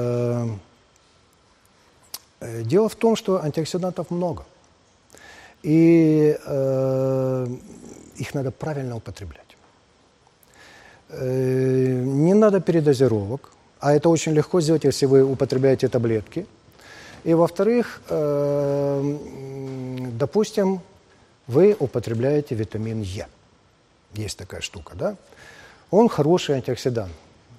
[SPEAKER 2] Дело в том, что антиоксидантов много. И их надо правильно употреблять. Не надо передозировок, а это очень легко сделать, если вы употребляете таблетки. И, во-вторых, допустим, вы употребляете витамин Е. Есть такая штука, да? Он хороший антиоксидант.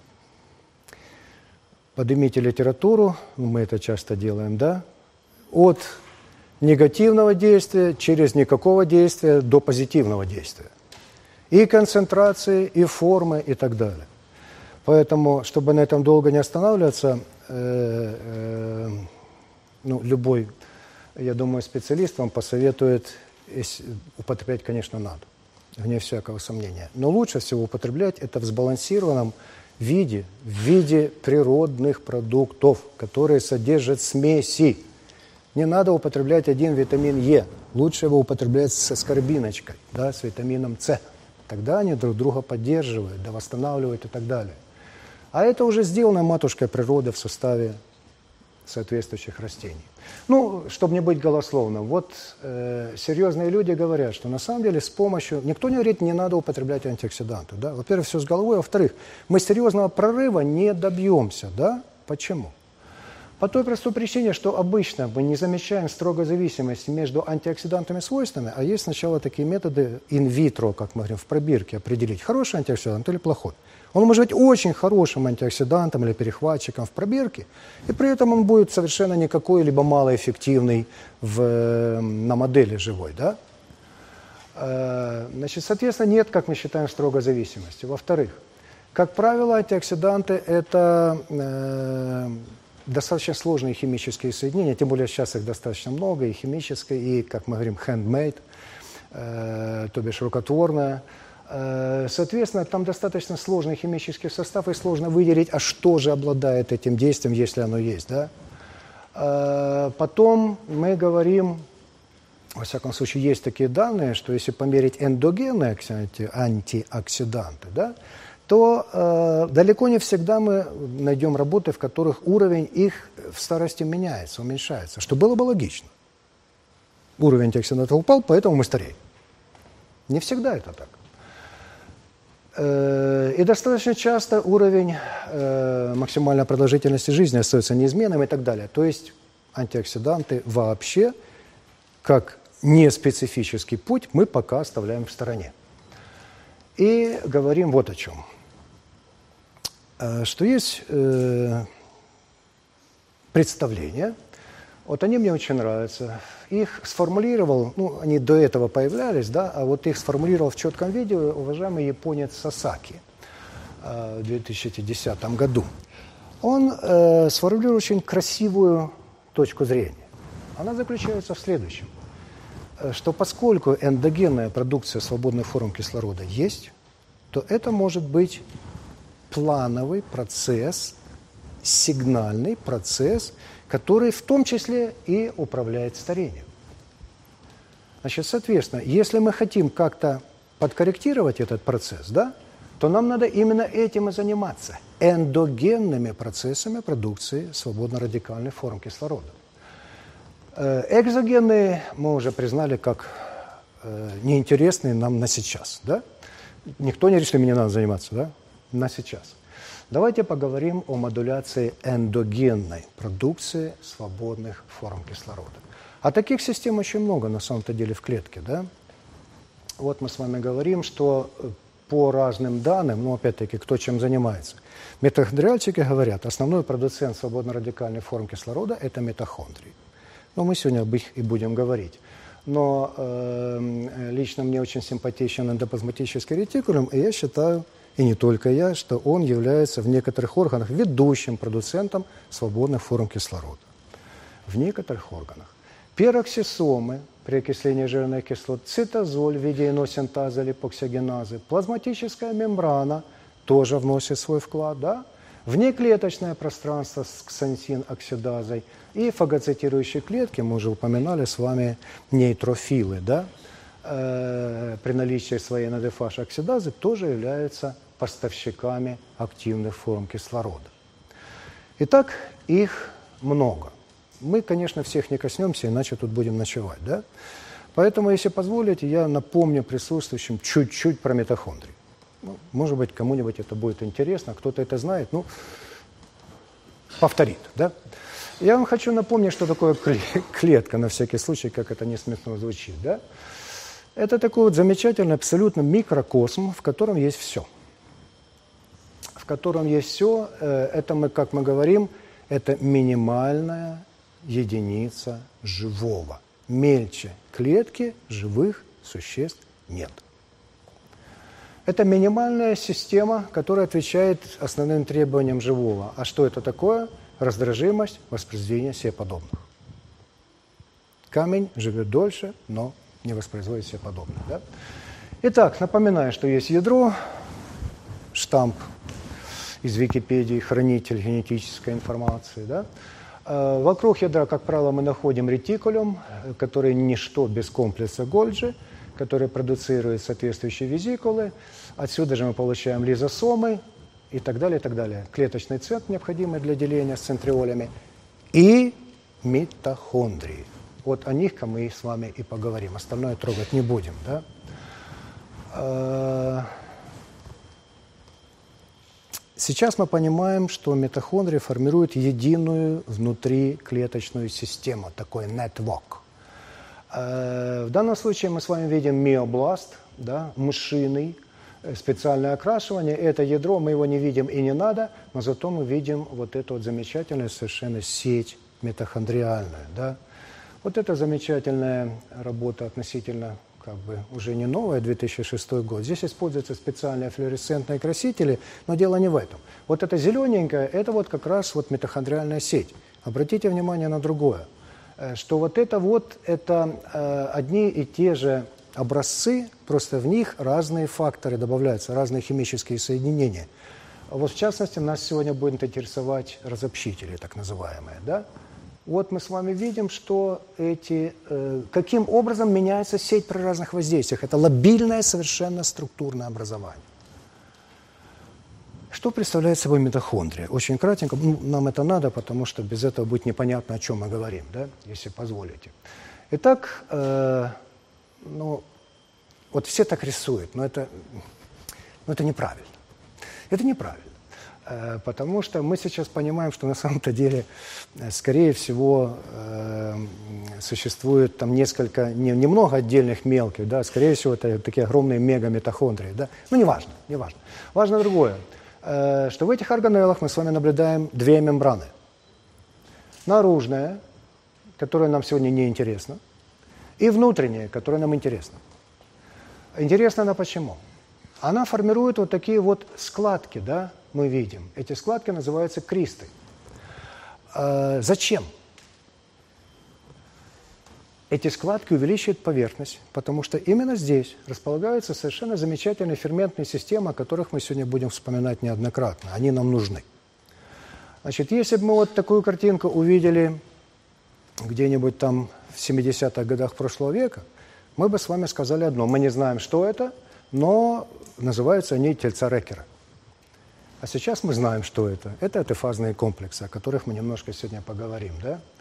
[SPEAKER 2] Поднимите литературу, мы это часто делаем, да? От негативного действия через никакого действия до позитивного действия. И концентрации, и формы, и так далее. Поэтому, чтобы на этом долго не останавливаться, любой, я думаю, специалист вам посоветует, употреблять, конечно, надо, вне всякого сомнения. Но лучше всего употреблять это в сбалансированном виде, в виде природных продуктов, которые содержат смеси. Не надо употреблять один витамин Е, лучше его употреблять с аскорбиночкой, да, с витамином С. Тогда они друг друга поддерживают, да, восстанавливают и так далее. А это уже сделано матушкой природы в составе соответствующих растений. Чтобы не быть голословным, вот серьезные люди говорят, что на самом деле с помощью... Никто не говорит, не надо употреблять антиоксиданты. Да? Во-первых, все с головой. Во-вторых, мы серьезного прорыва не добьемся. Да? Почему? По той простой причине, что обычно мы не замечаем строгой зависимости между антиоксидантами и свойствами, а есть сначала такие методы инвитро, как мы говорим, в пробирке определить, хороший антиоксидант или плохой. Он может быть очень хорошим антиоксидантом или перехватчиком в пробирке, и при этом он будет совершенно никакой, либо малоэффективный на модели живой. Да? Соответственно, нет, как мы считаем, строгой зависимости. Во-вторых, как правило, антиоксиданты – это достаточно сложные химические соединения, тем более сейчас их достаточно много, и химическое, и, как мы говорим, handmade, то бишь рукотворное. Соответственно, там достаточно сложный химический состав, и сложно выделить, а что же обладает этим действием, если оно есть. Да? Потом мы говорим, во всяком случае, есть такие данные, что если померить эндогенные антиоксиданты, да, то далеко не всегда мы найдем работы, в которых уровень их в старости меняется, уменьшается, что было бы логично. Уровень антиоксидантов упал, поэтому мы стареем. Не всегда это так. И достаточно часто уровень максимальной продолжительности жизни остается неизменным и так далее. То есть антиоксиданты вообще, как неспецифический путь, мы пока оставляем в стороне. И говорим вот о чем. Что есть представления, вот они мне очень нравятся. Их сформулировал, они до этого появлялись, да, а вот их сформулировал в четком виде уважаемый японец Сасаки в 2010 году. Он сформулировал очень красивую точку зрения. Она заключается в следующем, что поскольку эндогенная продукция свободных форм кислорода есть, то это может быть плановый процесс, сигнальный процесс, который в том числе и управляет старением. Соответственно, если мы хотим как-то подкорректировать этот процесс, да, то нам надо именно этим и заниматься, эндогенными процессами продукции свободно-радикальных форм кислорода. Экзогенные мы уже признали как неинтересные нам на сейчас. Да? Никто не решил, что мне надо заниматься, да? На сейчас. Давайте поговорим о модуляции эндогенной продукции свободных форм кислорода. А таких систем очень много на самом-то деле в клетке. Да? Вот мы с вами говорим, что по разным данным, опять-таки, кто чем занимается, митохондриальщики говорят, основной продуцент свободно-радикальных форм кислорода – это митохондрии. Мы сегодня об их и будем говорить. Но лично мне очень симпатичен эндоплазматический ретикулум, и я считаю, и не только я, что он является в некоторых органах ведущим продуцентом свободных форм кислорода. В некоторых органах. Пероксисомы при окислении жирных кислот, цитозоль в виде иносинтаза липоксигеназы, плазматическая мембрана тоже вносит свой вклад, да? Внеклеточное пространство с ксантин-оксидазой и фагоцитирующие клетки, мы уже упоминали с вами нейтрофилы, да? При наличии своей НАДФ-оксидазы тоже являются поставщиками активных форм кислорода. Итак, их много. Мы, конечно, всех не коснемся, иначе тут будем ночевать. Да? Поэтому, если позволите, я напомню присутствующим чуть-чуть про митохондрии. Может быть, кому-нибудь это будет интересно, кто-то это знает, повторит. Да? Я вам хочу напомнить, что такое клетка, на всякий случай, как это не смешно звучит. Да? Это такой вот замечательный абсолютно микрокосм, в котором есть все. В котором есть все, это мы, как мы говорим, это минимальная единица живого. Мельче клетки живых существ нет. Это минимальная система, которая отвечает основным требованиям живого. А что это такое? Раздражимость, воспроизведение себе подобных. Камень живет дольше, но не воспроизводит себе подобное. Да? Итак, напоминаю, что есть ядро, штамп из Википедии, хранитель генетической информации. Да? Вокруг ядра, как правило, мы находим ретикулум, который ничто без комплекса Гольджи, который продуцирует соответствующие визикулы. Отсюда же мы получаем лизосомы и так далее, и так далее. Клеточный центр, необходимый для деления с центриолями, и митохондрии. Вот о них мы с вами и поговорим. Остальное трогать не будем. Да? Сейчас мы понимаем, что митохондрии формируют единую внутриклеточную систему, такой network. В данном случае мы с вами видим миобласт, да, мышиный, специальное окрашивание. Это ядро, мы его не видим и не надо, но зато мы видим вот эту вот замечательную совершенно сеть митохондриальную. Да. Вот это замечательная работа относительно как бы уже не новая, 2006 год. Здесь используются специальные флуоресцентные красители, но дело не в этом. Вот это зелененькое, это вот как раз вот митохондриальная сеть. Обратите внимание на другое, что вот это одни и те же образцы, просто в них разные факторы добавляются, разные химические соединения. Вот в частности нас сегодня будет интересовать разобщители, так называемые, да? Вот мы с вами видим, что каким образом меняется сеть при разных воздействиях. Это лобильное совершенно структурное образование. Что представляет собой митохондрия? Очень кратенько, нам это надо, потому что без этого будет непонятно, о чем мы говорим, да? Если позволите. Итак, вот все так рисуют, но это неправильно. Это неправильно. Потому что мы сейчас понимаем, что на самом-то деле, скорее всего, существует там немного отдельных мелких, да, скорее всего, это такие огромные мегамитохондрии, да. Ну, неважно. Важно другое, что в этих органеллах мы с вами наблюдаем две мембраны. Наружная, которая нам сегодня не интересна, и внутренняя, которая нам интересна. Интересна она почему? Она формирует вот такие вот складки, да, мы видим. Эти складки называются кристы. Зачем? Эти складки увеличивают поверхность, потому что именно здесь располагаются совершенно замечательные ферментные системы, о которых мы сегодня будем вспоминать неоднократно. Они нам нужны. Значит, если бы мы вот такую картинку увидели где-нибудь там в 70-х годах прошлого века, мы бы с вами сказали одно. Мы не знаем, что это, но называются они тельца Рекера. А сейчас мы знаем, что это. Это атефазные комплексы, о которых мы немножко сегодня поговорим.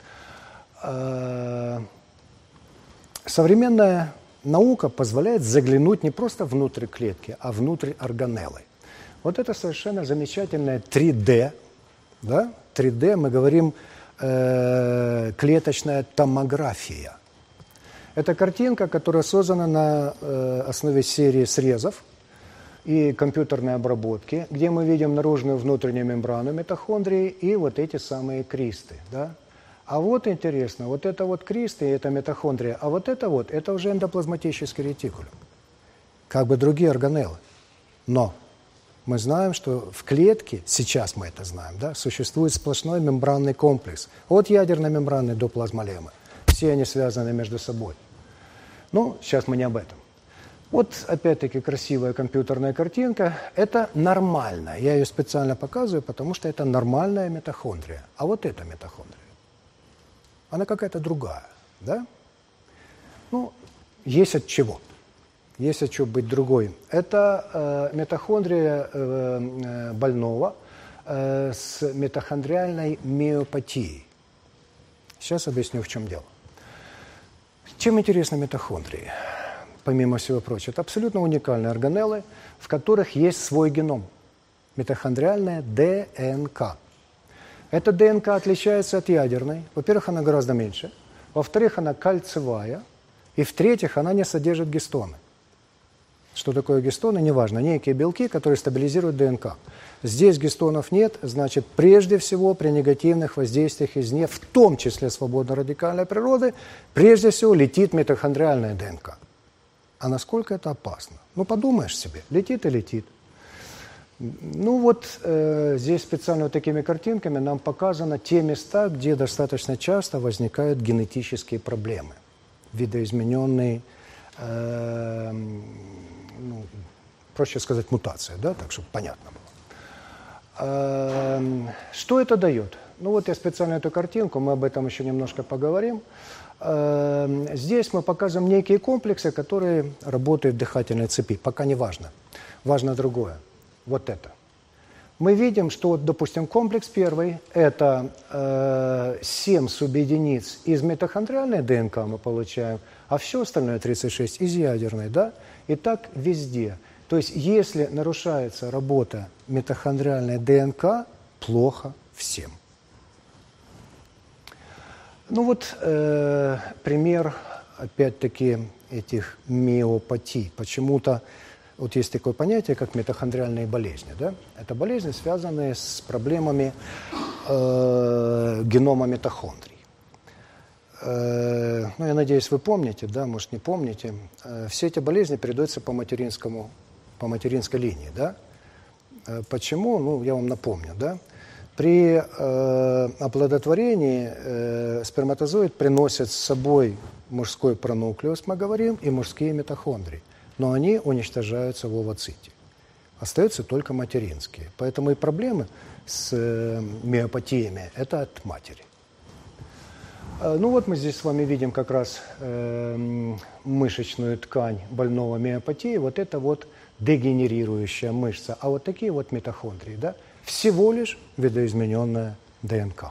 [SPEAKER 2] Да? Современная наука позволяет заглянуть не просто внутрь клетки, а внутрь органеллы. Вот это совершенно замечательное 3D. Да? 3D, мы говорим, клеточная томография. Это картинка, которая создана на основе серии срезов и компьютерной обработки, где мы видим наружную и внутреннюю мембрану митохондрии и вот эти самые кристы. Да? А вот интересно, вот это вот кристы, это митохондрия, а вот это уже эндоплазматический ретикулум. Как бы другие органеллы. Но мы знаем, что в клетке, сейчас мы это знаем, да, существует сплошной мембранный комплекс. От ядерной мембраны до плазмолемы. Все они связаны между собой. Ну, сейчас мы не об этом. Вот, опять-таки, красивая компьютерная картинка. Это нормально. Я ее специально показываю, потому что это нормальная митохондрия. А вот эта митохондрия, она какая-то другая, да? Ну, есть от чего. Есть от чего быть другой. Это митохондрия больного с митохондриальной миопатией. Сейчас объясню, в чем дело. Чем интересны митохондрии? Помимо всего прочего, это абсолютно уникальные органеллы, в которых есть свой геном. Митохондриальная ДНК. Эта ДНК отличается от ядерной. Во-первых, она гораздо меньше. Во-вторых, она кальциевая. И в-третьих, она не содержит гистоны. Что такое гистоны, неважно. Некие белки, которые стабилизируют ДНК. Здесь гистонов нет, значит, прежде всего при негативных воздействиях извне, в том числе свободно-радикальной природы, прежде всего летит митохондриальная ДНК. А насколько это опасно? Ну, подумаешь себе, летит и летит. Ну вот здесь специально вот такими картинками нам показано те места, где достаточно часто возникают генетические проблемы, видоизмененные, ну, проще сказать, мутация, да, так чтобы понятно было. Что это дает? Ну вот я специально эту картинку, мы об этом еще немножко поговорим. Здесь мы показываем некие комплексы, которые работают в дыхательной цепи. Пока не важно. Важно другое. Вот это. Мы видим, что, вот, допустим, комплекс первый – это 7 субъединиц из митохондриальной ДНК мы получаем, а все остальное 36 из ядерной, да? И так везде. То есть, если нарушается работа митохондриальной ДНК, плохо всем. Ну вот пример, опять-таки, этих миопатий. Почему-то вот есть такое понятие, как митохондриальные болезни. Да? Это болезни, связанные с проблемами генома митохондрий. Ну, я надеюсь, вы помните, да, может, не помните. Все эти болезни передаются по материнской линии. Да? Почему? Ну, я вам напомню. Да? При оплодотворении сперматозоид приносит с собой мужской пронуклеус, мы говорим, и мужские митохондрии. Но они уничтожаются в овоците. Остаются только материнские. Поэтому и проблемы с миопатиями – это от матери. Ну вот мы здесь с вами видим как раз мышечную ткань больного миопатии. Вот это вот дегенерирующая мышца. А вот такие вот митохондрии, да? Всего лишь видоизмененная ДНК.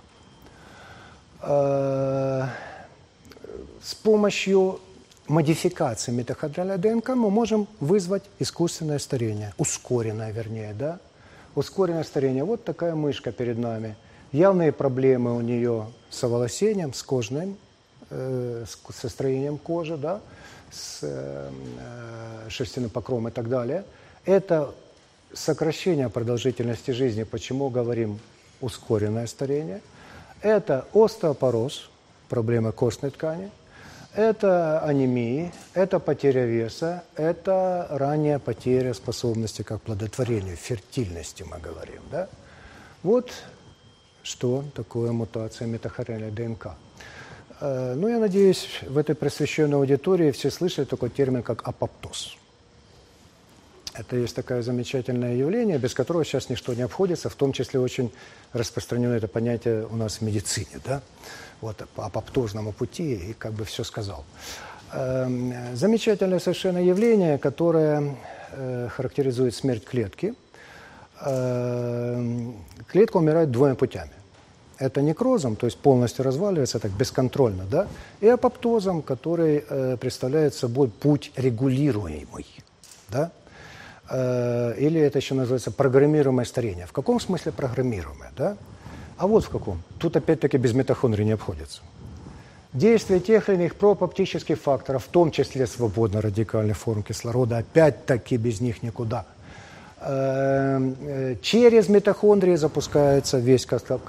[SPEAKER 2] С помощью модификации митохондриальной ДНК мы можем вызвать искусственное старение, ускоренное, вернее, да? Ускоренное старение. Вот такая мышка перед нами. Явные проблемы у нее с оволосением, с кожным, со строением кожи, да? С шерстяным покровом и так далее. Это сокращение продолжительности жизни, почему говорим ускоренное старение. Это остеопороз, проблема костной ткани. Это анемии, это потеря веса, это ранняя потеря способности к оплодотворению, фертильности, мы говорим. Да? Вот что такое мутация митохондриальной ДНК. Ну, я надеюсь, в этой просвещенной аудитории все слышали такой термин, как апоптоз. Это есть такое замечательное явление, без которого сейчас ничто не обходится, в том числе очень распространено это понятие у нас в медицине, да? Вот по апоптозному пути, и как бы все сказал. Замечательное совершенно явление, которое характеризует смерть клетки. Клетка умирает двумя путями. Это некрозом, то есть полностью разваливается так бесконтрольно, да? И апоптозом, который представляет собой путь регулируемый, да? Или это еще называется программируемое старение. В каком смысле программируемое, да? А вот в каком. Тут опять-таки без митохондрий не обходится. Действие тех или иных прооптических факторов, в том числе свободно-радикальных форм кислорода, опять-таки без них никуда. Через митохондрии запускается весь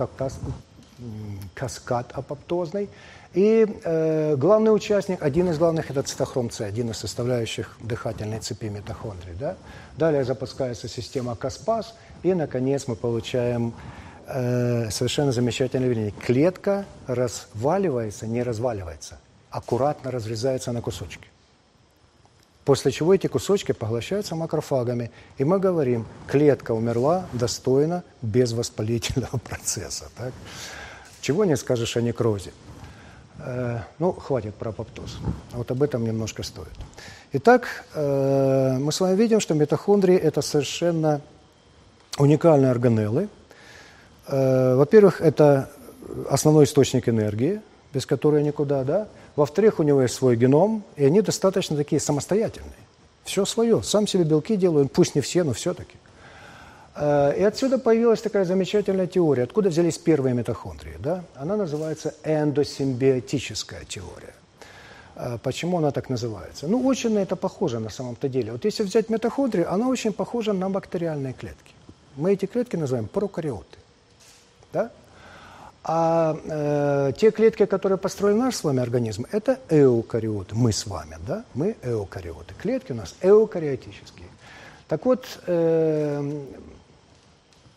[SPEAKER 2] каскад апоптозный. И главный участник, один из главных, это цитохром С, один из составляющих дыхательной цепи митохондрий. Да? Далее запускается система Каспас, и, наконец, мы получаем совершенно замечательное явление. Клетка разваливается, не разваливается, аккуратно разрезается на кусочки. После чего эти кусочки поглощаются макрофагами. И мы говорим, клетка умерла достойно, без воспалительного процесса. Так? Чего не скажешь о некрозе. Ну, хватит про апоптоз. Вот об этом немножко стоит. Итак, мы с вами видим, что митохондрии – это совершенно уникальные органеллы. Во-первых, это основной источник энергии, без которой никуда, да. Во-вторых, у него есть свой геном, и они достаточно такие самостоятельные. Все свое, сам себе белки делают, пусть не все, но все-таки. И отсюда появилась такая замечательная теория. Откуда взялись первые митохондрии? Да? Она называется эндосимбиотическая теория. Почему она так называется? Ну, очень на это похоже на самом-то деле. Вот если взять митохондрию, она очень похожа на бактериальные клетки. Мы эти клетки называем прокариоты. Да? А те клетки, которые построили наш с вами организм, это эукариоты. Мы с вами, да? Мы эукариоты. Клетки у нас эукариотические. Так вот,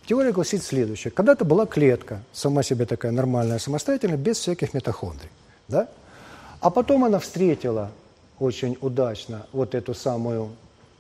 [SPEAKER 2] Теория гласит следующее. Когда-то была клетка, сама себе такая нормальная, самостоятельная, без всяких митохондрий. Да? А потом она встретила очень удачно вот эту самую,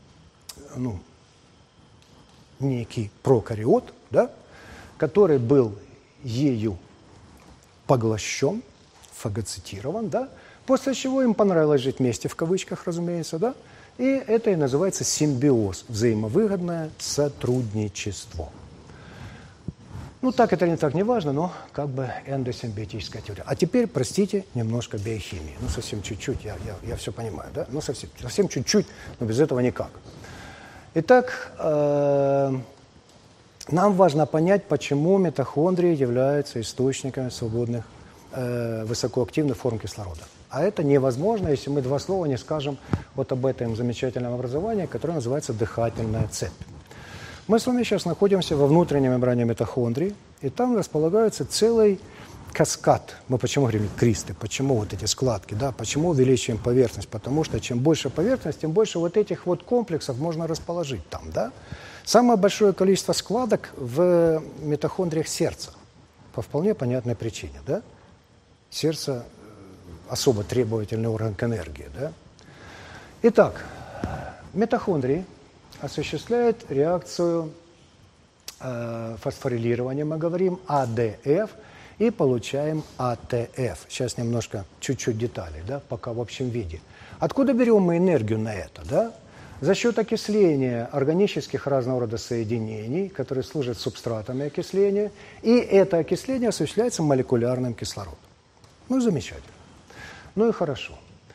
[SPEAKER 2] некий прокариот, да, который был ею поглощен, фагоцитирован, да, после чего им понравилось жить вместе, в кавычках, разумеется, да, и это и называется симбиоз, взаимовыгодное сотрудничество. Так это не так не важно, но как бы эндосимбиотическая теория. А теперь, простите, немножко биохимии. Совсем чуть-чуть, я все понимаю, да? Совсем чуть-чуть, но без этого никак. Итак, нам важно понять, почему митохондрии являются источниками свободных, высокоактивных форм кислорода. А это невозможно, если мы два слова не скажем вот об этом замечательном образовании, которое называется дыхательная цепь. Мы с вами сейчас находимся во внутренней мембране митохондрий, и там располагается целый каскад. Мы почему говорим кристы, почему вот эти складки, да, почему увеличиваем поверхность? Потому что чем больше поверхность, тем больше вот этих вот комплексов можно расположить там, да. Самое большое количество складок в митохондриях сердца, по вполне понятной причине, да. Сердце особо требовательный орган к энергии, да. Итак, митохондрии осуществляет реакцию фосфорилирования, мы говорим, АДФ, и получаем АТФ. Сейчас немножко, чуть-чуть деталей, да, пока в общем виде. Откуда берем мы энергию на это, да? За счет окисления органических разного рода соединений, которые служат субстратами окисления, и это окисление осуществляется молекулярным кислородом. Замечательно. И хорошо.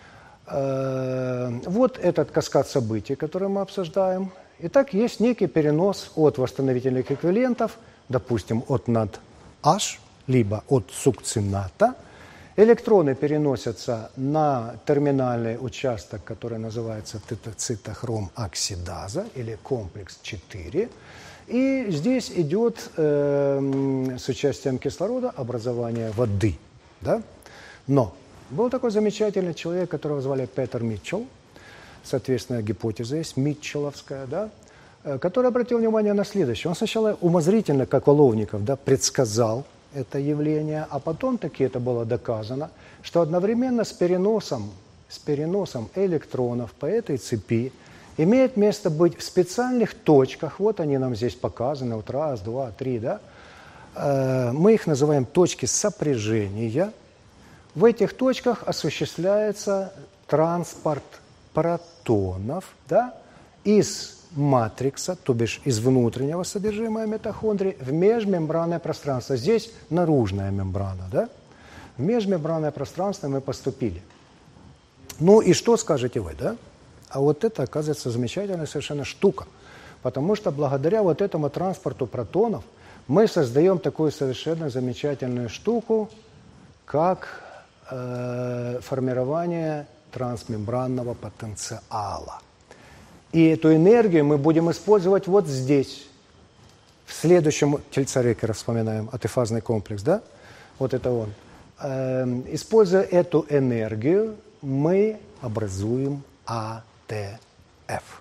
[SPEAKER 2] Вот этот каскад событий, который мы обсуждаем. Итак, есть некий перенос от восстановительных эквивалентов, допустим, от NADH, либо от сукцината. Электроны переносятся на терминальный участок, который называется цитохром-оксидаза, или комплекс 4. И здесь идет с участием кислорода образование воды. Да? Но был такой замечательный человек, которого звали Петер Митчелл, соответственно, гипотеза есть, митчелловская, да, который обратил внимание на следующее. Он сначала умозрительно, как Оловников, да, предсказал это явление, а потом таки это было доказано, что одновременно с переносом электронов по этой цепи имеет место быть в специальных точках, вот они нам здесь показаны, вот раз, два, три, да, мы их называем точки сопряжения. В этих точках осуществляется транспорт протонов, да, из матрикса, то бишь из внутреннего содержимого митохондрии, в межмембранное пространство. Здесь наружная мембрана, да? В межмембранное пространство мы поступили. И что скажете вы, да? А вот это, оказывается, замечательная совершенно штука. Потому что благодаря вот этому транспорту протонов мы создаем такую совершенно замечательную штуку, как формирование трансмембранного потенциала. И эту энергию мы будем использовать вот здесь. В следующем тельца Рекера вспоминаем, атефазный комплекс, да? Вот это он. Используя эту энергию, мы образуем АТФ.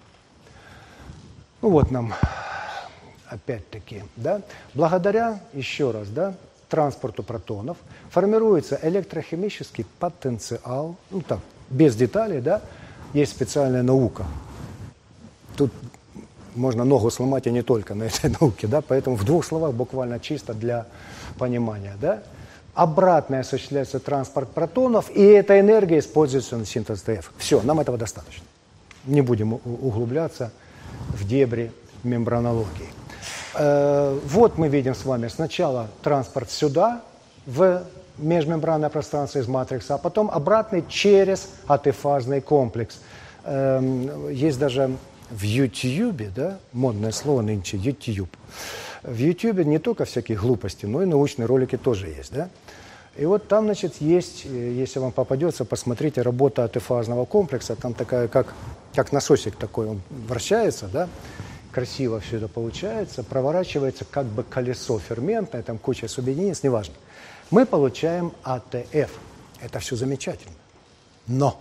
[SPEAKER 2] Вот нам опять-таки, да? Благодаря, еще раз, да, транспорту протонов формируется электрохимический потенциал, так, без деталей, да, есть специальная наука. Тут можно ногу сломать и не только на этой науке, да, поэтому в двух словах буквально чисто для понимания, да. Обратно осуществляется транспорт протонов, и эта энергия используется на синтез ТФ. Все, нам этого достаточно. Не будем углубляться в дебри мембранологии. Вот мы видим с вами сначала транспорт сюда, в межмембранное пространство из матрикса, а потом обратный через атефазный комплекс. Есть даже в YouTube, да, модное слово нынче, YouTube. В YouTube не только всякие глупости, но и научные ролики тоже есть, да. И вот там, значит, есть, если вам попадется, посмотрите, работа атефазного комплекса, там такая, как насосик такой, он вращается, да, красиво все это получается, проворачивается как бы колесо ферментное, там куча субъединениц, неважно. Мы получаем АТФ. Это все замечательно. Но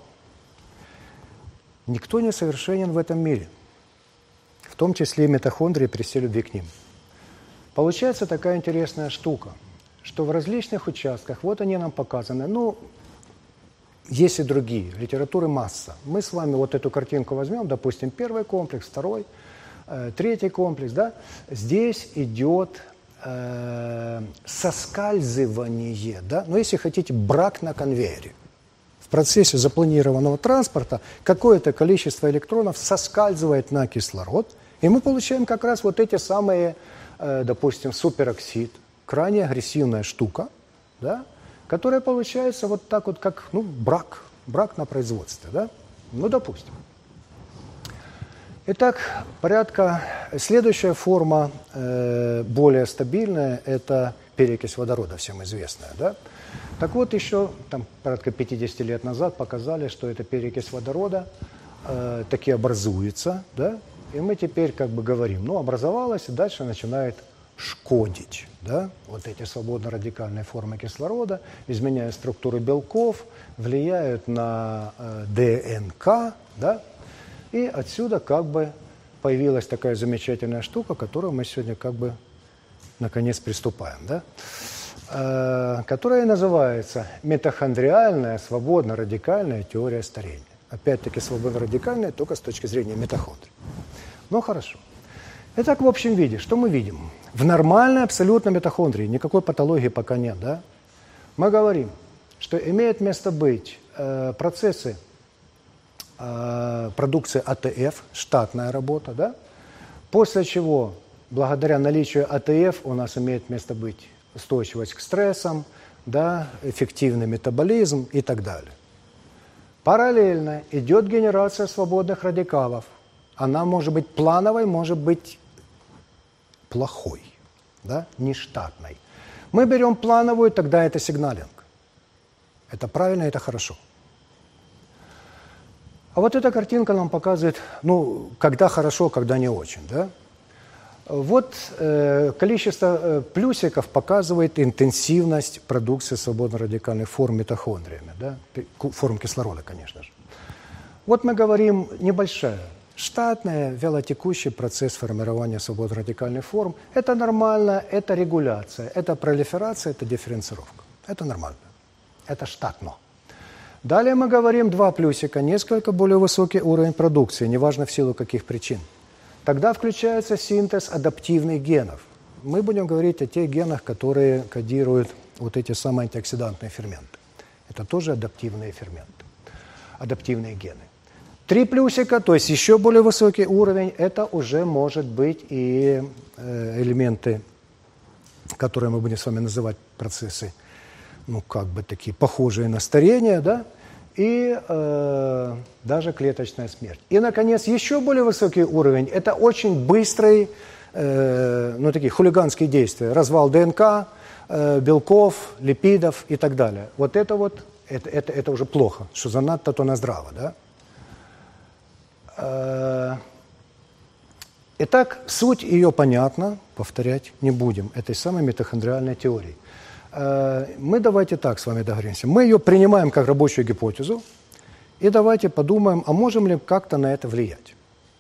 [SPEAKER 2] никто не совершенен в этом мире, в том числе и митохондрии при всей любви к ним. Получается такая интересная штука, что в различных участках, вот они нам показаны, ну, есть и другие, литературы масса. Мы с вами вот эту картинку возьмем, допустим, первый комплекс, второй, третий комплекс, да, здесь идет соскальзывание, да, но если хотите, брак на конвейере. В процессе запланированного транспорта какое-то количество электронов соскальзывает на кислород, и мы получаем как раз вот эти самые, допустим, супероксид, крайне агрессивная штука, да, которая получается вот так вот, как, ну, брак на производстве, да, ну, допустим. Итак, следующая форма, более стабильная, это перекись водорода, всем известная, да. Так вот, еще там порядка 50 лет назад показали, что эта перекись водорода таки образуется, да, и мы теперь как бы говорим, ну, образовалась, и дальше начинает шкодить, да, вот эти свободно-радикальные формы кислорода, изменяя структуру белков, влияют на ДНК, да, и отсюда как бы появилась такая замечательная штука, к которой мы сегодня как бы наконец приступаем, да, которая называется митохондриальная свободно-радикальная теория старения. Опять-таки свободно-радикальная только с точки зрения митохондрий. Ну хорошо. Итак, в общем виде, что мы видим? В нормальной абсолютно митохондрии, никакой патологии пока нет, да? Мы говорим, что имеет место быть процессы продукции АТФ, штатная работа, да? После чего, благодаря наличию АТФ, у нас имеет место быть устойчивость к стрессам, да, эффективный метаболизм и так далее. Параллельно идет генерация свободных радикалов. Она может быть плановой, может быть плохой, да, нештатной. Мы берем плановую, тогда это сигналинг. Это правильно, это хорошо. А вот эта картинка нам показывает, ну, когда хорошо, когда не очень, да. Вот количество плюсиков показывает интенсивность продукции свободно-радикальных форм митохондриями, да, форм кислорода, конечно же. Вот мы говорим небольшая, штатная, вялотекущий процесс формирования свободно-радикальных форм. Это нормально, это регуляция, это пролиферация, это дифференцировка. Это нормально, это штатно. Далее мы говорим два плюсика, несколько более высокий уровень продукции, неважно в силу каких причин. Тогда включается синтез адаптивных генов. Мы будем говорить о тех генах, которые кодируют вот эти самые антиоксидантные ферменты. Это тоже адаптивные ферменты, адаптивные гены. Три плюсика, то есть еще более высокий уровень, это уже может быть и элементы, которые мы будем с вами называть процессы, ну как бы такие похожие на старение, да, и даже клеточная смерть. И, наконец, еще более высокий уровень – это очень быстрые, ну, такие хулиганские действия. Развал ДНК, белков, липидов и так далее. Вот это уже плохо, что занадто, то на здраво, да? Итак, суть ее понятна, повторять не будем, этой самой митохондриальной теории. Мы давайте так с вами договоримся. Мы ее принимаем как рабочую гипотезу, и давайте подумаем, а можем ли как-то на это влиять.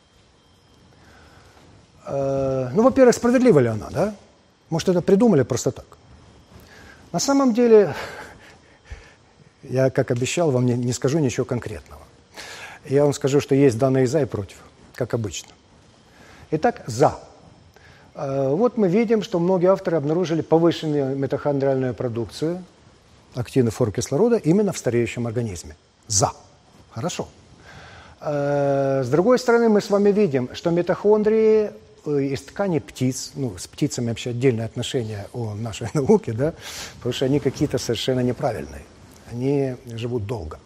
[SPEAKER 2] Ну, во-первых, справедлива ли она, да? Может, это придумали просто так? На самом деле, я, как обещал, вам не скажу ничего конкретного. Я вам скажу, что есть данные за и против, как обычно. Итак, за. Вот мы видим, что многие авторы обнаружили повышенную митохондриальную продукцию активных форм кислорода именно в стареющем организме. За. Хорошо. С другой стороны, мы с вами видим, что митохондрии из тканей птиц, ну, с птицами вообще отдельное отношение о нашей науке, да, потому что они какие-то совершенно неправильные. Они живут долго.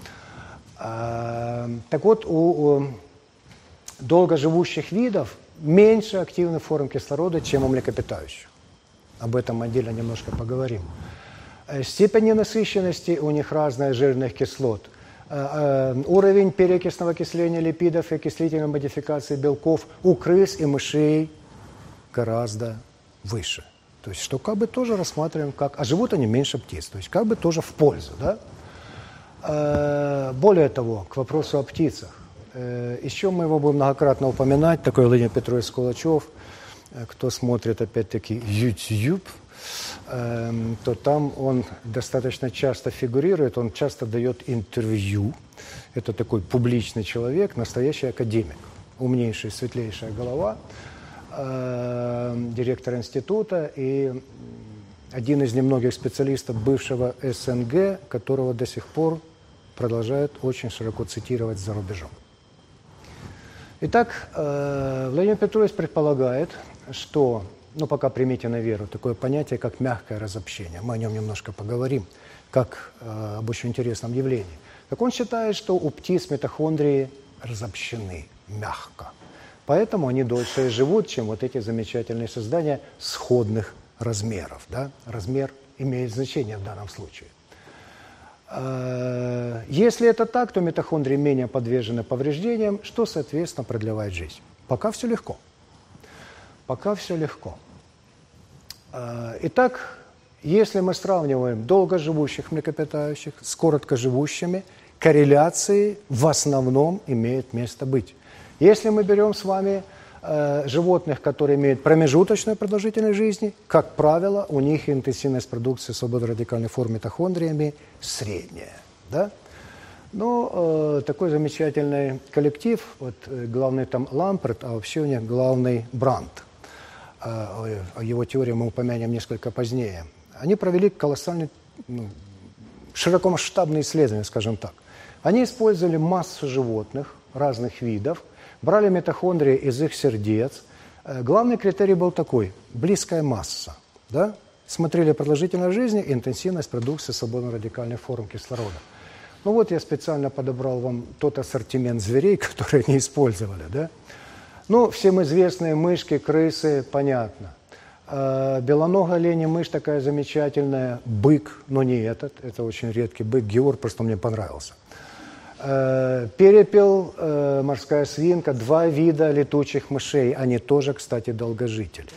[SPEAKER 2] Так вот, у долгоживущих видов меньше активных форм кислорода, чем у млекопитающих. Об этом отдельно немножко поговорим. Степень ненасыщенности у них разная жирных кислот. Уровень перекисного окисления липидов и окислительной модификации белков у крыс и мышей гораздо выше. То есть, что как бы тоже рассматриваем как... А живут они меньше птиц, то есть как бы тоже в пользу, да? Более того, к вопросу о птицах. Еще мы его будем многократно упоминать, такой Владимир Петрович Скулачев, кто смотрит, опять-таки, YouTube, то там он достаточно часто фигурирует, он часто дает интервью. Это такой публичный человек, настоящий академик, умнейший, светлейшая голова, директор института и один из немногих специалистов бывшего СНГ, которого до сих пор продолжают очень широко цитировать за рубежом. Итак, Владимир Петрович предполагает, что, пока примите на веру, такое понятие, как мягкое разобщение. Мы о нем немножко поговорим, как об очень интересном явлении. Так он считает, что у птиц митохондрии разобщены мягко. Поэтому они дольше живут, чем вот эти замечательные создания сходных размеров. Да? Размер имеет значение в данном случае. Если это так, то митохондрии менее подвержены повреждениям, что, соответственно, продлевает жизнь. Пока все легко. Пока все легко. Итак, если мы сравниваем долгоживущих млекопитающих с короткоживущими, корреляции в основном имеют место быть. Если мы берем с вами животных, которые имеют промежуточную продолжительность жизни, как правило, у них интенсивность продукции свободной радикальной формы митохондриями средняя. Да? Но такой замечательный коллектив, вот главный там Ламперт, а вообще у них главный Брандт. О его теории мы упомянем несколько позднее. Они провели колоссальный, широкомасштабные исследования, скажем так. Они использовали массу животных разных видов, брали митохондрии из их сердец. Главный критерий был такой – близкая масса. Да? Смотрели продолжительность жизни и интенсивность продукции свободно радикальных форм кислорода. Вот я специально подобрал вам тот ассортимент зверей, которые они использовали. Да? Всем известные мышки, крысы, понятно. Белоногая оленья мышь такая замечательная, бык, но не этот, это очень редкий бык, Георг, просто мне понравился. Перепел, морская свинка, 2 вида летучих мышей, они тоже, кстати, долгожители.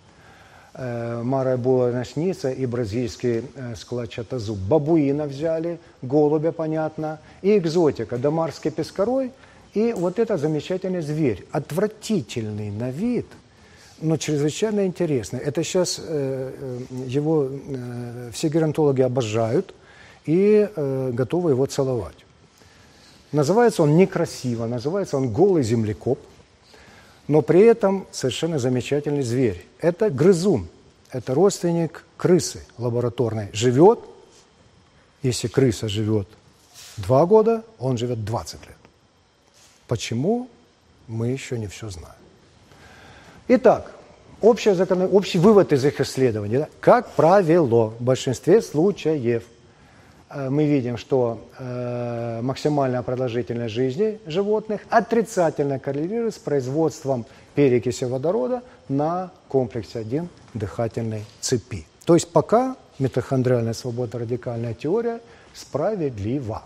[SPEAKER 2] Марая булоносница и бразильский складчатозуб. Бабуина взяли, голубя, понятно, и экзотика, домарский пескарой, и вот этот замечательный зверь, отвратительный на вид, но чрезвычайно интересный. Это сейчас его все геронтологи обожают и готовы его целовать. Называется он некрасиво, называется он голый землекоп, но при этом совершенно замечательный зверь. Это грызун, это родственник крысы лабораторной. Живет, если крыса живет 2 года, он живет 20 лет. Почему? Мы еще не все знаем. Итак, общий вывод из их исследований. Да? Как правило, в большинстве случаев мы видим, что максимальная продолжительность жизни животных отрицательно коррелирует с производством перекиси водорода на комплексе 1 дыхательной цепи. То есть пока митохондриальная свободно-радикальная теория справедлива.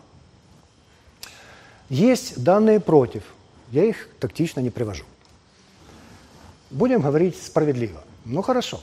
[SPEAKER 2] Есть данные против, я их тактично не привожу. Будем говорить справедливо. Хорошо.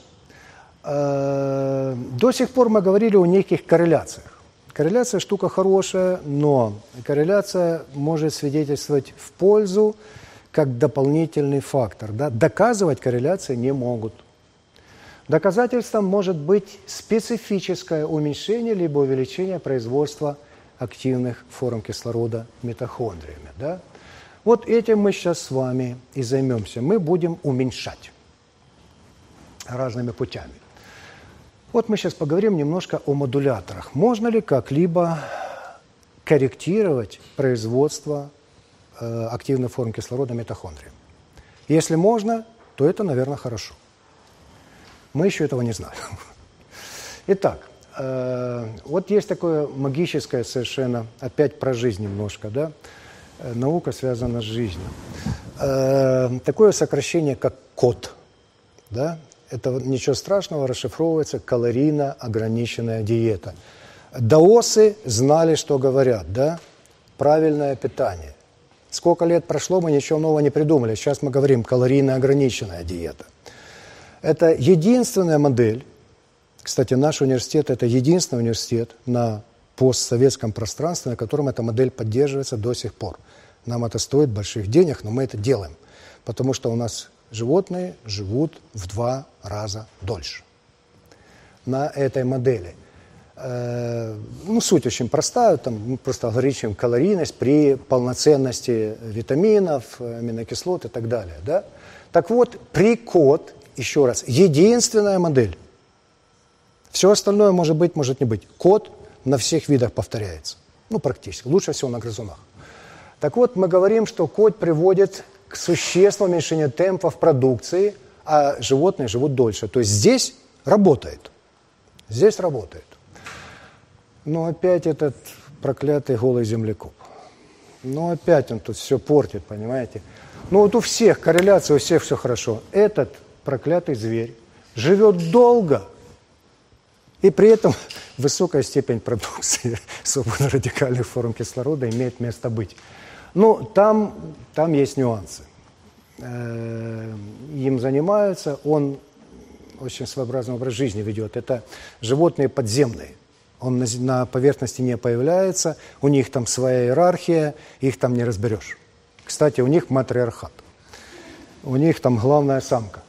[SPEAKER 2] До сих пор мы говорили о неких корреляциях. Корреляция штука хорошая, но корреляция может свидетельствовать в пользу как дополнительный фактор. Да? Доказывать корреляции не могут. Доказательством может быть специфическое уменьшение либо увеличение производства активных форм кислорода митохондриями. Да? Вот этим мы сейчас с вами и займемся. Мы будем уменьшать разными путями. Вот мы сейчас поговорим немножко о модуляторах. Можно ли как-либо корректировать производство активных форм кислорода митохондриями? Если можно, то это, наверное, хорошо. Мы еще этого не знаем. Итак, вот есть такое магическое совершенно, опять про жизнь немножко, да? Наука связана с жизнью. Такое сокращение, как КОД, да? Это ничего страшного, расшифровывается калорийно ограниченная диета. Даосы знали, что говорят, да? Правильное питание. Сколько лет прошло, мы ничего нового не придумали. Сейчас мы говорим калорийно ограниченная диета. Это единственная модель. Кстати, наш университет – это единственный университет на постсоветском пространстве, на котором эта модель поддерживается до сих пор. Нам это стоит больших денег, но мы это делаем. Потому что у нас животные живут в 2 раза дольше. На этой модели. Суть очень простая, там просто ограничиваем калорийность при полноценности витаминов, аминокислот и так далее. Да? Так вот, при кот, еще раз, единственная модель. Все остальное может быть, может не быть. Кот на всех видах повторяется. Практически. Лучше всего на грызунах. Так вот, мы говорим, что кот приводит к существенному уменьшению темпов продукции, а животные живут дольше. То есть здесь работает. Здесь работает. Но опять этот проклятый голый землекоп. Опять он тут все портит, понимаете? Вот у всех корреляция, у всех все хорошо. Этот проклятый зверь живет долго, и при этом высокая степень продукции свободно-радикальных форм кислорода имеет место быть. Там есть нюансы. Им занимаются, он очень своеобразный образ жизни ведет. Это животные подземные. Он на поверхности не появляется, у них там своя иерархия, их там не разберешь. Кстати, у них матриархат. У них там главная самка.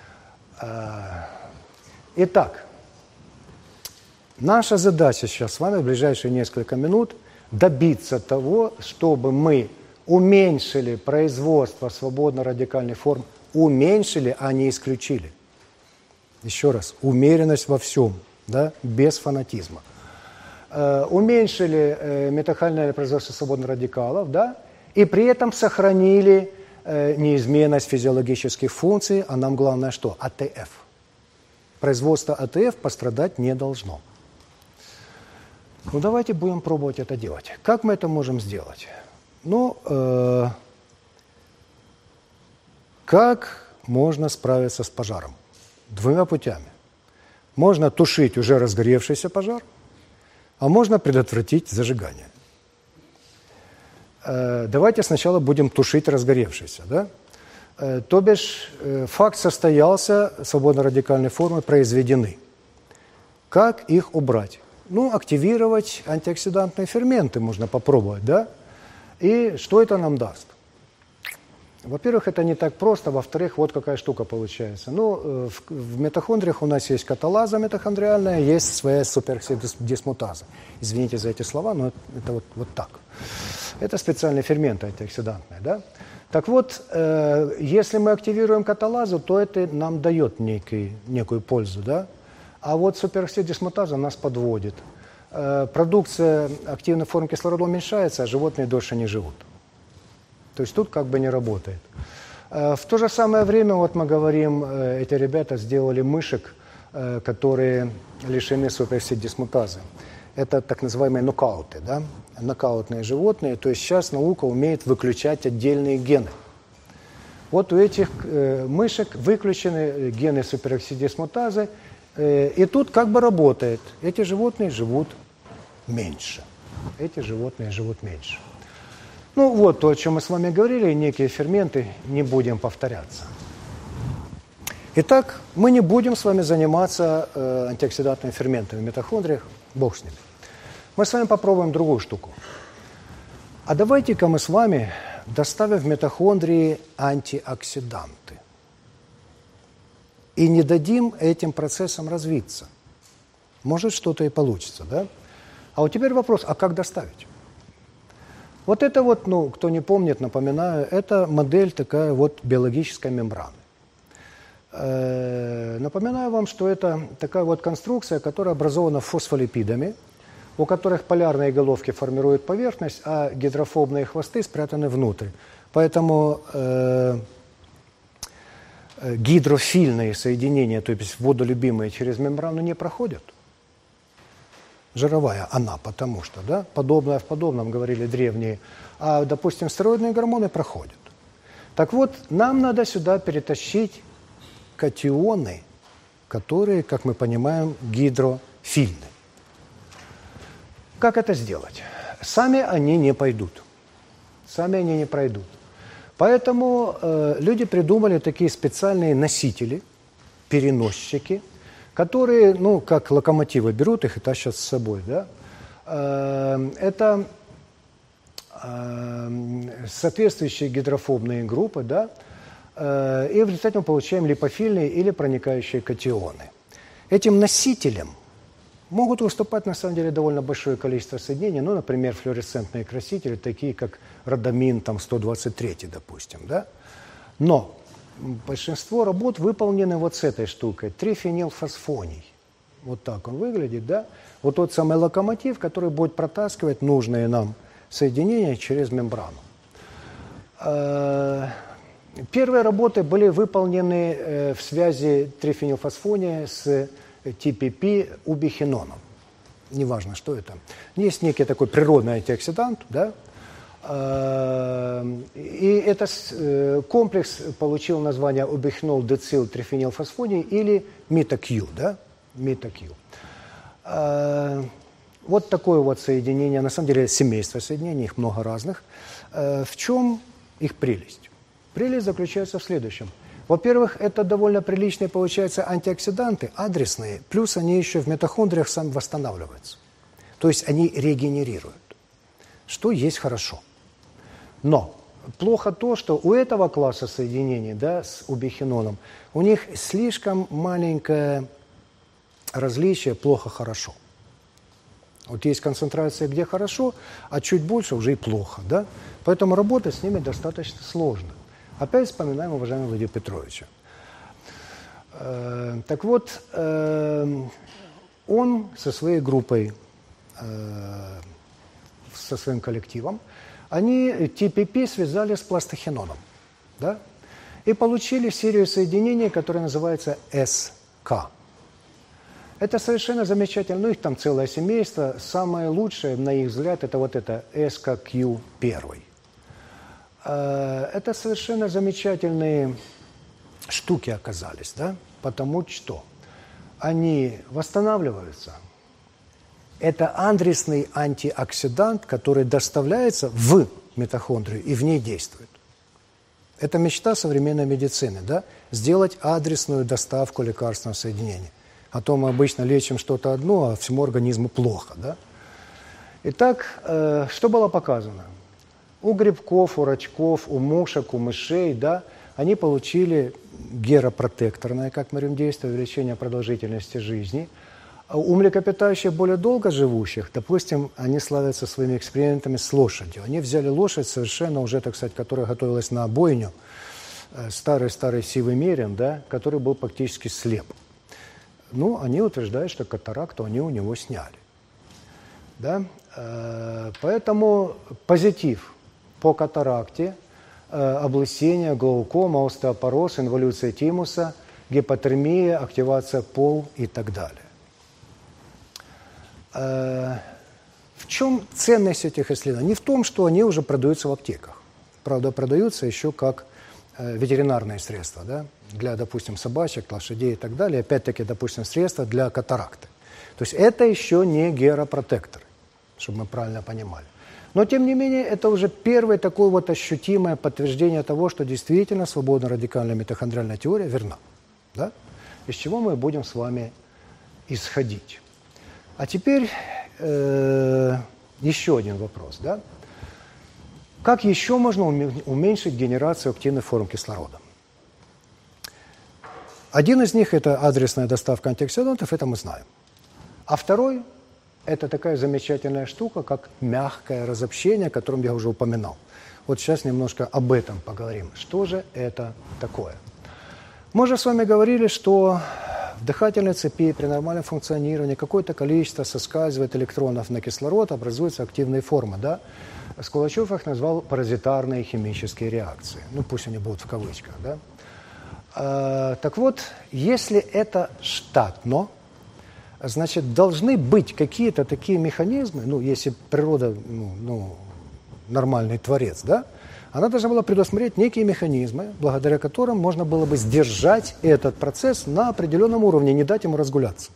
[SPEAKER 2] Итак, наша задача сейчас с вами в ближайшие несколько минут добиться того, чтобы мы уменьшили производство свободно-радикальных форм, уменьшили, а не исключили. Еще раз, умеренность во всем, да, без фанатизма. Уменьшили митохондриальное производство свободных радикалов, да, и при этом сохранили неизменность физиологических функций, а нам главное что? АТФ. Производство АТФ пострадать не должно. Давайте будем пробовать это делать. Как мы это можем сделать? Как можно справиться с пожаром? 2 путями. Можно тушить уже разгоревшийся пожар, а можно предотвратить зажигание. Давайте сначала будем тушить разгоревшийся. Да? То бишь, факт состоялся, свободно-радикальные формы произведены. Как их убрать? Активировать антиоксидантные ферменты можно попробовать, да? И что это нам даст? Во-первых, это не так просто, во-вторых, вот какая штука получается. В митохондриях у нас есть каталаза митохондриальная, есть своя супероксидисмутаза. Извините за эти слова, но это вот так. Это специальные ферменты антиоксидантные, да? Так вот, если мы активируем каталазу, то это нам дает некую пользу, да? А вот супероксидисмутаза нас подводит. Продукция активных форм кислорода уменьшается, а животные дольше не живут. То есть тут как бы не работает. В то же самое время, вот мы говорим, эти ребята сделали мышек, которые лишены супероксидисмутазы. Это так называемые нокауты, да? Нокаутные животные. То есть сейчас наука умеет выключать отдельные гены. Вот у этих мышек выключены гены супероксидисмутазы, и тут как бы работает. Эти животные живут меньше. Эти животные живут меньше. Вот то, о чем мы с вами говорили, некие ферменты, не будем повторяться. Итак, мы не будем с вами заниматься антиоксидантными ферментами в митохондриях, бог с ними. Мы с вами попробуем другую штуку. А давайте-ка мы с вами доставим в митохондрии антиоксиданты. И не дадим этим процессам развиться. Может, что-то и получится, да? А вот теперь вопрос, а как доставить? Вот это вот, кто не помнит, напоминаю, это модель такая вот биологической мембраны. Напоминаю вам, что это такая вот конструкция, которая образована фосфолипидами, у которых полярные головки формируют поверхность, а гидрофобные хвосты спрятаны внутрь. Поэтому гидрофильные соединения, то есть водолюбимые, через мембрану не проходят. Жировая она, потому что, да, подобное в подобном, говорили древние, а, допустим, стероидные гормоны проходят. Так вот, нам надо сюда перетащить катионы, которые, как мы понимаем, гидрофильны. Как это сделать? Сами они не пойдут. Сами они не пройдут. Поэтому люди придумали такие специальные носители, переносчики, которые, как локомотивы, берут их и тащат с собой. Да? Это соответствующие гидрофобные группы, да? и в результате мы получаем липофильные или проникающие катионы. Этим носителем могут выступать, на самом деле, довольно большое количество соединений, ну, например, флуоресцентные красители, такие как родамин, там, 123, допустим, да? Но большинство работ выполнены вот с этой штукой, трифенилфосфоний. Вот так он выглядит, да? Вот тот самый локомотив, который будет протаскивать нужные нам соединения через мембрану. Первые работы были выполнены в связи трифенилфосфония с ТПП убихиноном. Неважно, что это. Есть некий такой природный антиоксидант, да? И этот комплекс получил название убихинол-децил-трифенилфосфоний или МИТА-Q, да? МИТА-Q. Вот такое вот соединение, на самом деле семейство соединений, их много разных. В чем их прелесть? Прелесть заключается в следующем. Во-первых, это довольно приличные, получаются, антиоксиданты, адресные, плюс они еще в митохондриях сами восстанавливаются. То есть они регенерируют, что есть хорошо. Но плохо то, что у этого класса соединений, да, с убихиноном, у них слишком маленькое различие плохо-хорошо. Вот есть концентрация, где хорошо, а чуть больше уже и плохо, да? Поэтому работать с ними достаточно сложно. Опять вспоминаем уважаемого Владимира Петровича. Так вот, он со своей группой, со своим коллективом, они ТПП связали с пластохиноном, да? И получили серию соединений, которая называется СК. Это совершенно замечательно, ну их там целое семейство. Самое лучшее, на их взгляд, это вот это СКQ1. Это совершенно замечательные штуки оказались, да? Потому что они восстанавливаются. Это адресный антиоксидант, который доставляется в митохондрию и в ней действует. Это мечта современной медицины, да? Сделать адресную доставку лекарственного соединения. А то мы обычно лечим что-то одно, а всему организму плохо, да? Итак, что было показано? У грибков, у рачков, у мушек, у мышей, да, они получили геропротекторное, как мы говорим, действие, увеличение продолжительности жизни. У млекопитающих более долго живущих, допустим, они славятся своими экспериментами с лошадью. Они взяли лошадь совершенно уже, так сказать, которая готовилась на бойню, старый-старый сивый мерин, да, который был практически слеп. Ну, они утверждают, что катаракту они у него сняли. Да? Поэтому позитив по катаракте, облысение, глаукома, остеопороз, инволюция тимуса, гипотермия, активация ПОЛ и так далее. В чем ценность этих исследований? Не в том, что они уже продаются в аптеках. Правда, продаются еще как ветеринарные средства, да? Для, допустим, собачек, лошадей и так далее. Опять-таки, допустим, средства для катаракты. То есть это еще не геропротекторы, чтобы мы правильно понимали. Но, тем не менее, это уже первое такое вот ощутимое подтверждение того, что действительно свободно-радикальная митохондриальная теория верна. Да? Из чего мы будем с вами исходить. А теперь еще один вопрос. Да? Как еще можно уменьшить генерацию активных форм кислорода? Один из них – это адресная доставка антиоксидантов, это мы знаем. А второй – это такая замечательная штука, как мягкое разобщение, о котором я уже упоминал. Вот сейчас немножко об этом поговорим. Что же это такое? Мы уже с вами говорили, что в дыхательной цепи при нормальном функционировании какое-то количество соскальзывает электронов на кислород, образуются активные формы. Да? Скулачев их назвал паразитарные химические реакции. Ну, пусть они будут в кавычках. Да? Так вот, если это штатно, значит, должны быть какие-то такие механизмы, ну, если природа, нормальный творец, да, она должна была предусмотреть некие механизмы, благодаря которым можно было бы сдержать этот процесс на определенном уровне, не дать ему разгуляться.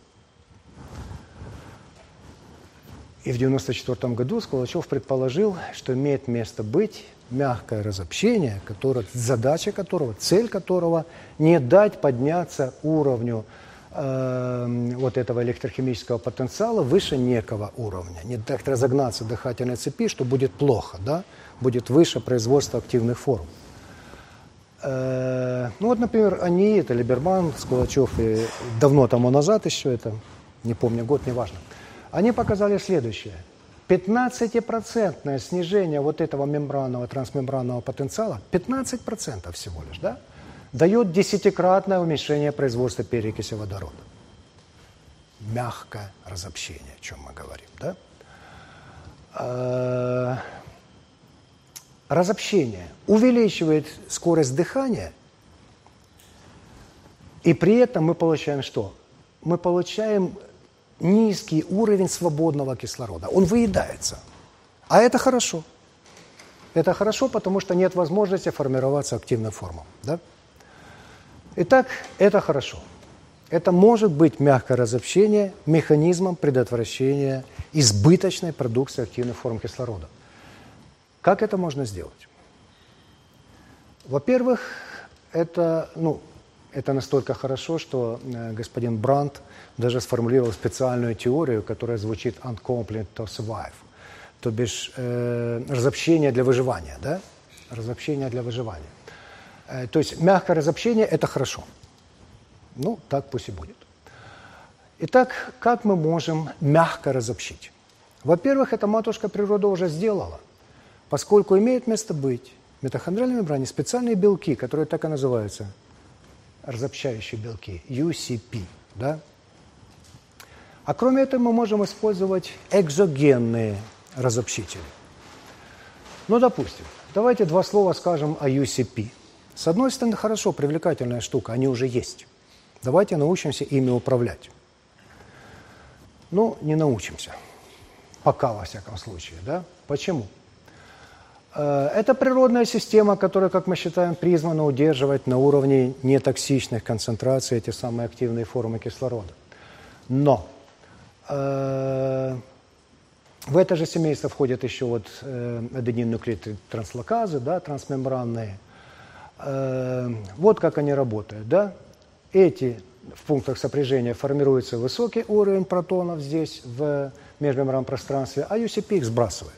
[SPEAKER 2] И в 1994 году Скулачев предположил, что имеет место быть мягкое разобщение, задача которого, цель которого не дать подняться уровню вот этого электрохимического потенциала выше некого уровня, не дать разогнаться дыхательной цепи, что будет плохо, да? Будет выше производство активных форм. Ну вот, например, они, это Либерман, Скулачев, и давно тому назад еще, это, не помню год, неважно, они показали следующее. 15% снижение вот этого мембранного, трансмембранного потенциала, 15% всего лишь, да, дает 10-кратное уменьшение производства перекиси водорода. Мягкое разобщение, о чем мы говорим, да? Разобщение увеличивает скорость дыхания, и при этом мы получаем что? Мы получаем низкий уровень свободного кислорода. Он выедается. А это хорошо. Это хорошо, потому что нет возможности формироваться активной формой. Да? Итак, это хорошо. Это может быть мягкое разобщение механизмом предотвращения избыточной продукции активных форм кислорода. Как это можно сделать? Во-первых, это настолько хорошо, что господин Брандт даже сформулировал специальную теорию, которая звучит uncomplete to survive, то бишь разобщение для выживания, да? Разобщение для выживания. То есть мягкое разобщение – это хорошо. Ну, так пусть и будет. Итак, как мы можем мягко разобщить? Во-первых, эта матушка природа уже сделала, поскольку имеет место быть в митохондриальной мембране специальные белки, которые так и называются – разобщающие белки, UCP. Да? А кроме этого мы можем использовать экзогенные разобщители. Ну, допустим, давайте два слова скажем о UCP. С одной стороны, хорошо, привлекательная штука, они уже есть. Давайте научимся ими управлять. Ну, не научимся. Пока, во всяком случае. Да? Почему? Это природная система, которая, как мы считаем, призвана удерживать на уровне нетоксичных концентраций эти самые активные формы кислорода. Но в это же семейство входят еще вот аденин-нуклеотиды транслоказы, да, трансмембранные. Вот как они работают. Да? Эти в пунктах сопряжения формируется высокий уровень протонов здесь, в межмембранном пространстве, а UCP их сбрасывает.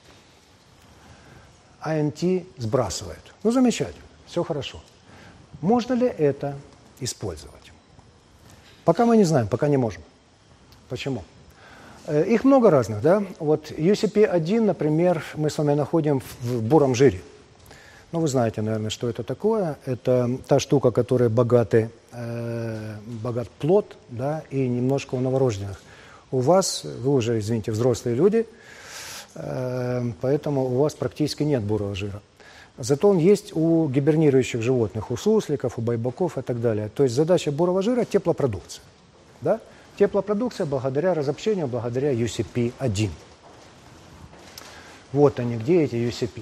[SPEAKER 2] АНТ сбрасывает. Ну, замечательно, все хорошо. Можно ли это использовать? Пока мы не знаем, пока не можем. Почему? Их много разных, да? Вот UCP1, например, мы с вами находим в буром жире. Ну, вы знаете, наверное, что это такое. Это та штука, которая богат плод, да, и немножко у новорожденных. У вас, вы уже, извините, взрослые люди, поэтому у вас практически нет бурого жира. Зато он есть у гибернирующих животных, у сусликов, у байбаков и так далее. То есть задача бурого жира – теплопродукция. Да? Теплопродукция благодаря разобщению, благодаря UCP1. Вот они, где эти UCP.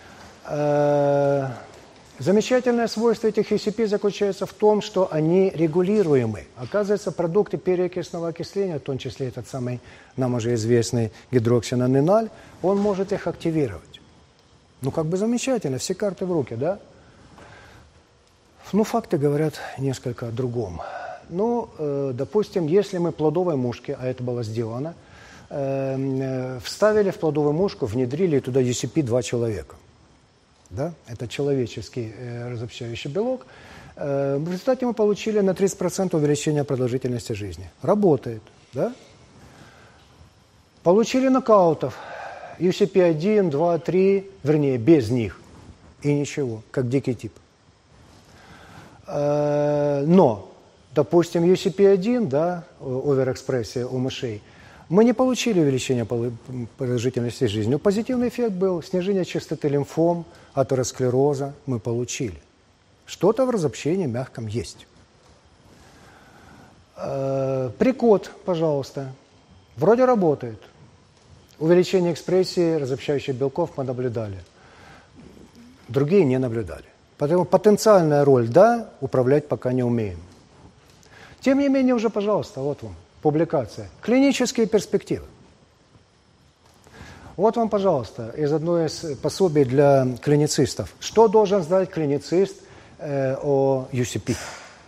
[SPEAKER 2] Замечательное свойство этих UCP заключается в том, что они регулируемы. Оказывается, продукты перекисного окисления, в том числе этот самый нам уже известный гидроксиноненаль, он может их активировать. Ну, как бы замечательно, все карты в руки, да? Ну, факты говорят несколько о другом. Ну, допустим, если мы плодовой мушке, а это было сделано, вставили в плодовую мушку, внедрили туда UCP 2 человека. Да? Это человеческий разобщающий белок. В результате мы получили на 30% увеличение продолжительности жизни. Работает. Да? Получили нокаутов. UCP1, 2, 3, вернее, без них. И ничего, как дикий тип. Но, допустим, UCP1, да, оверэкспрессия у мышей, мы не получили увеличение продолжительности жизни. Но позитивный эффект был снижение частоты лимфом, атеросклероза мы получили. Что-то в разобщении мягком есть. Прикод, пожалуйста. Вроде работает. Увеличение экспрессии разобщающих белков мы наблюдали. Другие не наблюдали. Поэтому потенциальная роль, да, управлять пока не умеем. Тем не менее, уже, пожалуйста, вот вам публикация. Клинические перспективы. Вот вам, пожалуйста, из одной из пособий для клиницистов. Что должен знать клиницист о UCP?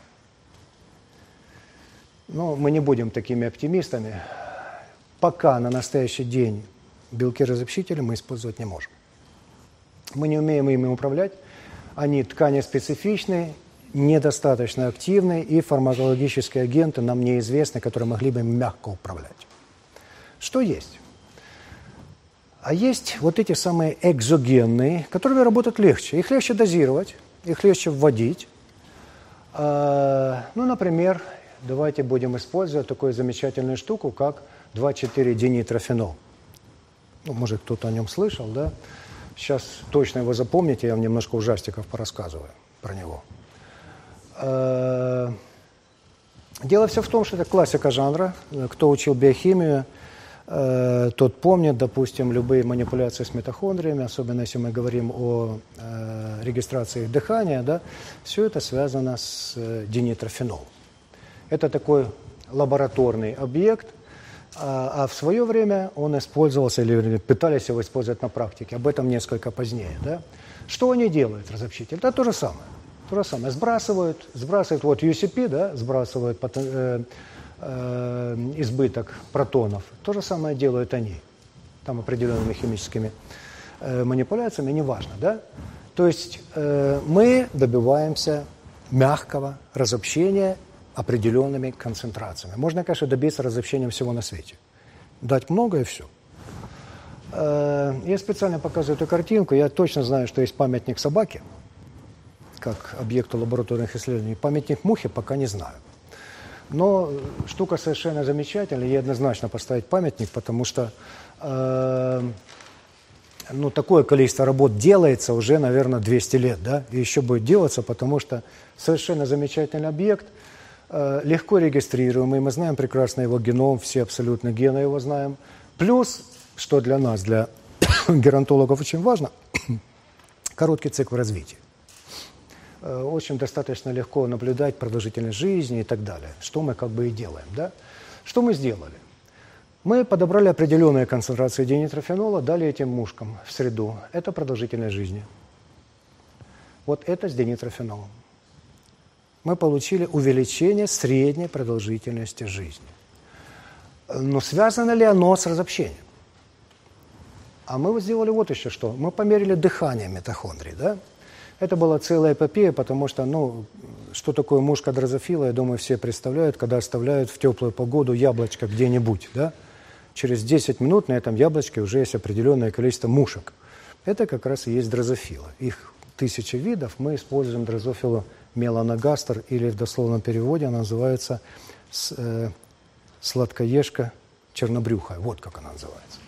[SPEAKER 2] Ну, мы не будем такими оптимистами. Пока на настоящий день белки-разобщители мы использовать не можем. Мы не умеем ими управлять. Они тканеспецифичны, недостаточно активны, и фармакологические агенты нам неизвестны, которые могли бы мягко управлять. Что есть? А есть вот эти самые экзогенные, которые работают легче. Их легче дозировать, их легче вводить. Ну, например, давайте будем использовать такую замечательную штуку, как 2,4-динитрофенол. Ну, может, кто-то о нем слышал, да? Сейчас точно его запомните, я вам немножко ужастиков порассказываю про него. Дело все в том, что это классика жанра. Кто учил биохимию, тот помнит, допустим, любые манипуляции с митохондриями, особенно если мы говорим о регистрации их дыхания, да, все это связано с динитрофенолом. Это такой лабораторный объект, а в свое время он использовался, или пытались его использовать на практике, об этом несколько позднее. Да? Что они делают, разобщители? Это то же самое. То же самое. Сбрасывают вот UCP, да, сбрасывают избыток протонов. То же самое делают они. Там определенными химическими манипуляциями, неважно. Да? То есть мы добиваемся мягкого разобщения определенными концентрациями. Можно, конечно, добиться разобщения всего на свете. Дать много и все. Я специально показываю эту картинку. Я точно знаю, что есть памятник собаке, как объекту лабораторных исследований. Памятник мухе пока не знаю. Но штука совершенно замечательная. Ей однозначно поставить памятник, потому что такое количество работ делается уже, наверное, 200 лет. Да? И еще будет делаться, потому что совершенно замечательный объект, легко регистрируемый. Мы знаем прекрасно его геном, все абсолютно гены его знаем. Плюс, что для нас, для геронтологов очень важно, короткий цикл развития. Очень достаточно легко наблюдать продолжительность жизни и так далее, что мы как бы и делаем. Да? Что мы сделали? Мы подобрали определенные концентрации динитрофенола, дали этим мушкам в среду. Это продолжительность жизни. Вот это с динитрофенолом. Мы получили увеличение средней продолжительности жизни. Но связано ли оно с разобщением? А мы сделали вот еще что. Мы померили дыхание митохондрий, да? Это была целая эпопея, потому что, что такое мушка дрозофила, я думаю, все представляют, когда оставляют в теплую погоду яблочко где-нибудь, да? Через 10 минут на этом яблочке уже есть определенное количество мушек. Это как раз и есть дрозофила. Их 1000 видов, мы используем дрозофилу меланогастер, или в дословном переводе она называется сладкоежка чернобрюхая, вот как она называется.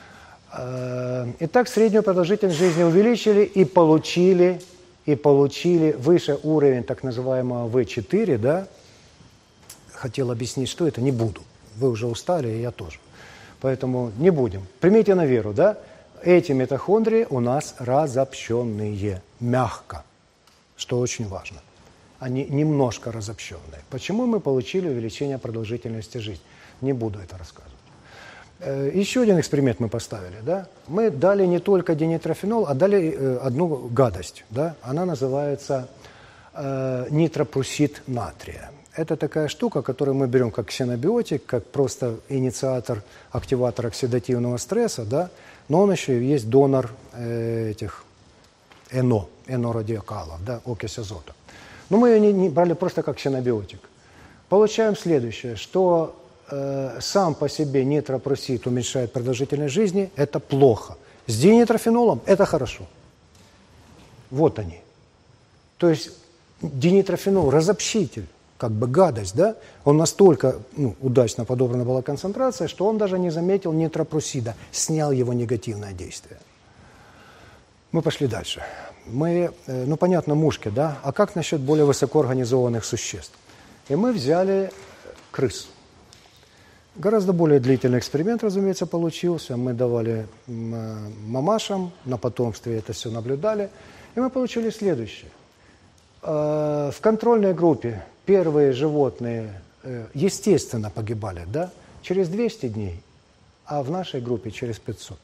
[SPEAKER 2] Итак, среднюю продолжительность жизни увеличили и получили выше уровень так называемого В4, да? Хотел объяснить, что это, не буду. Вы уже устали, и я тоже. Поэтому не будем. Примите на веру, да? Эти митохондрии у нас разобщенные, мягко, что очень важно. Они немножко разобщенные. Почему мы получили увеличение продолжительности жизни? Не буду это рассказывать. Еще один эксперимент мы поставили. Да? Мы дали не только динитрофенол, а дали одну гадость. Да? Она называется нитропрусид натрия. Это такая штука, которую мы берем как ксенобиотик, как просто инициатор, активатор оксидативного стресса, да? Но он еще и есть донор этих радиокалов, да? Окись азота. Но мы ее не брали просто как ксенобиотик. Получаем следующее, что сам по себе нитропрусид уменьшает продолжительность жизни, это плохо. С динитрофенолом это хорошо. Вот они. То есть динитрофенол, разобщитель, как бы гадость, да? Он настолько удачно подобрана была концентрация, что он даже не заметил нитропрусида, снял его негативное действие. Мы пошли дальше. Мы, понятно, мушки, да? А как насчет более высокоорганизованных существ? И мы взяли крыс. Гораздо более длительный эксперимент, разумеется, получился. Мы давали мамашам, на потомстве это все наблюдали. И мы получили следующее. В контрольной группе первые животные, естественно, погибали, да, через 200 дней, а в нашей группе через 500.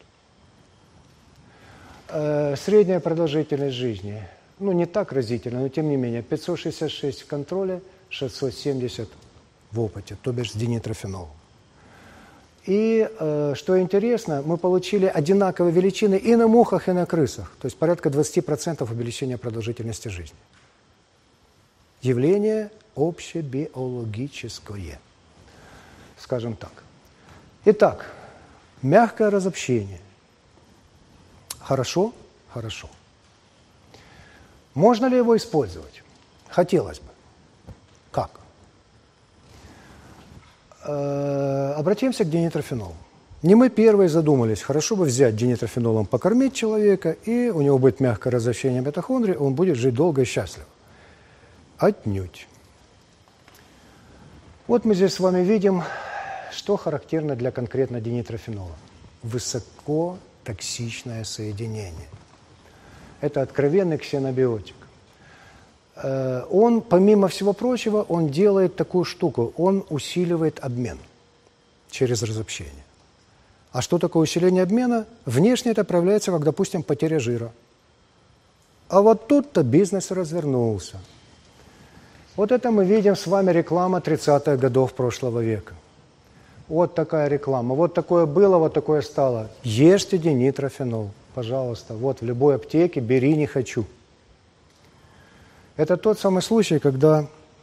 [SPEAKER 2] Средняя продолжительность жизни, не так разительно, но тем не менее, 566 в контроле, 670 в опыте, то бишь с динитрофенолом. И, что интересно, мы получили одинаковые величины и на мухах, и на крысах. То есть порядка 20% увеличения продолжительности жизни. Явление общебиологическое, скажем так. Итак, мягкое разобщение. Хорошо? Хорошо. Можно ли его использовать? Хотелось бы. Как? Обратимся к динитрофенолу. Не мы первые задумались, хорошо бы взять динитрофенолом, покормить человека, и у него будет мягкое разобщение митохондрий, он будет жить долго и счастливо. Отнюдь. Вот мы здесь с вами видим, что характерно для конкретно динитрофенола. Высокотоксичное соединение. Это откровенный ксенобиотик. Он, помимо всего прочего, он делает такую штуку, он усиливает обмен через разобщение. А что такое усиление обмена? Внешне это проявляется, как, допустим, потеря жира. А вот тут-то бизнес развернулся. Вот это мы видим с вами реклама 30-х годов прошлого века. Вот такая реклама. Вот такое было, вот такое стало. Ешьте динитрофенол, пожалуйста. Вот в любой аптеке бери, не хочу. Это тот самый случай, когда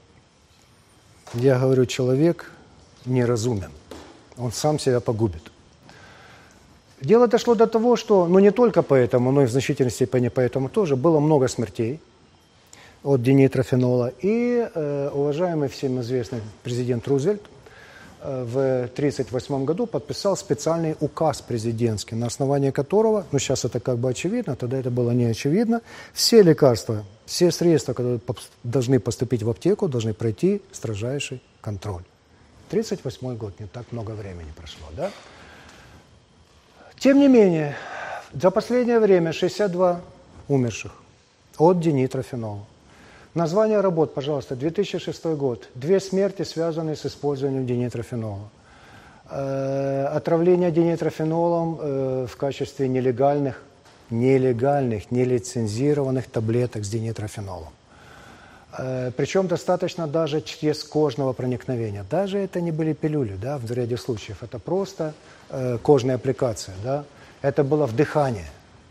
[SPEAKER 2] я говорю, человек неразумен. Он сам себя погубит. Дело дошло до того, что, не только поэтому, но и в значительной степени поэтому тоже, было много смертей от динитрофенола. И уважаемый всем известный президент Рузвельт в 1938 году подписал специальный указ президентский, на основании которого, сейчас это как бы очевидно, тогда это было не очевидно, все лекарства, все средства, которые должны поступить в аптеку, должны пройти строжайший контроль. 1938 год, не так много времени прошло, да? Тем не менее, за последнее время 62 умерших от динитрофенола. Название работ, пожалуйста, 2006 год. 2 смерти, связанные с использованием динитрофенола. Отравление динитрофенолом в качестве нелегальных, нелицензированных таблеток с динитрофенолом. Причем достаточно даже через кожного проникновения. Даже это не были пилюли, да, в ряде случаев. Это просто кожная аппликация, да. Это было вдыхание.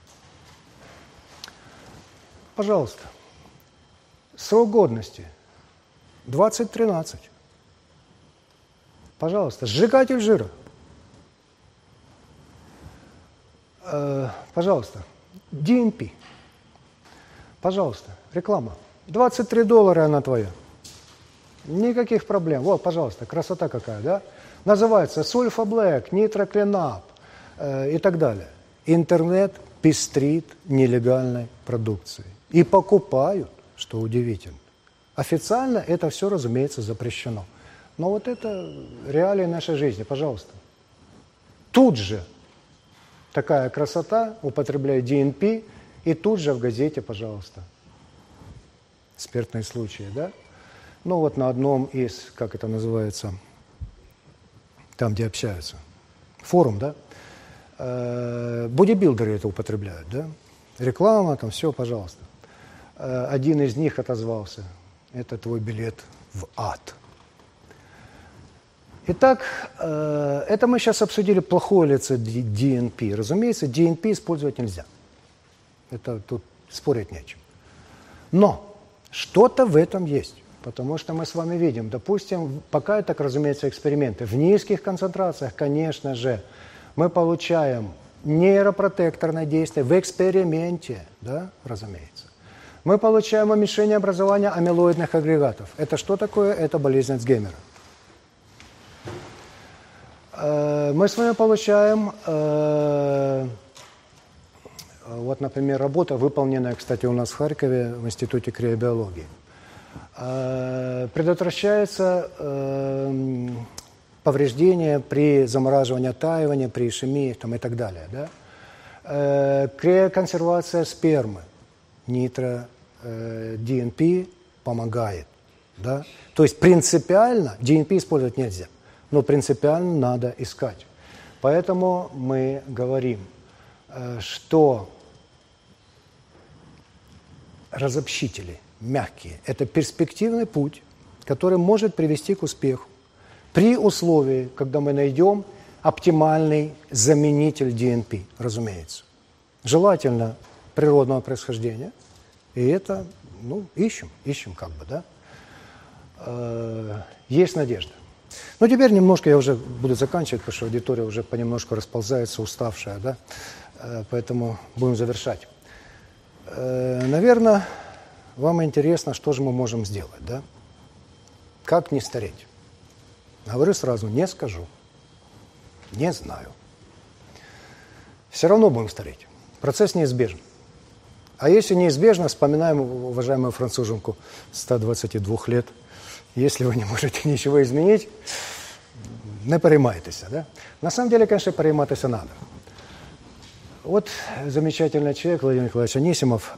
[SPEAKER 2] Пожалуйста. Срок годности 2013. Пожалуйста, сжигатель жира. Пожалуйста, DNP. Пожалуйста, реклама. $23 она твоя. Никаких проблем. Вот, пожалуйста, красота какая, да? Называется Sulfa Black, Nitro Cleanup и так далее. Интернет пестрит нелегальной продукцией. И покупают, что удивительно. Официально это все, разумеется, запрещено. Но вот это реалии нашей жизни, пожалуйста. Тут же такая красота, употребляю DNP, и тут же в газете, пожалуйста, смертные случаи, да? Вот на одном из, как это называется, там, где общаются, форум, да? Бодибилдеры это употребляют, да? Реклама, там все, пожалуйста. Один из них отозвался: это твой билет в ад. Итак, это мы сейчас обсудили, плохое ли это DNP. Разумеется, DNP использовать нельзя. Это тут спорить не о чем. Но что-то в этом есть. Потому что мы с вами видим, допустим, пока это, разумеется, эксперименты. В низких концентрациях, конечно же, мы получаем нейропротекторное действие в эксперименте, да, разумеется. Мы получаем уменьшение образования амилоидных агрегатов. Это что такое? Это болезнь Альцгеймера. Мы с вами получаем, вот, например, работа, выполненная, кстати, у нас в Харькове в Институте криобиологии. Предотвращается повреждение при замораживании, оттаивании, при ишемии там, и так далее. Да? Криоконсервация спермы, нитро-DNP помогает. Да? То есть принципиально DNP использовать нельзя, но принципиально надо искать. Поэтому мы говорим, что разобщители мягкие – это перспективный путь, который может привести к успеху при условии, когда мы найдем оптимальный заменитель ДНП, разумеется. Желательно природного происхождения. И это, ищем как бы, да. Есть надежда. Но теперь немножко я уже буду заканчивать, потому что аудитория уже понемножку расползается, уставшая, да. Поэтому будем завершать. Наверное, вам интересно, что же мы можем сделать, да? Как не стареть? Говорю сразу, не скажу. Не знаю. Все равно будем стареть. Процесс неизбежен. А если неизбежно, вспоминаем уважаемую француженку 122 лет. Если вы не можете ничего изменить, не переймайтеся, да? На самом деле, конечно, перейматися надо. Вот замечательный человек, Владимир Николаевич Анисимов,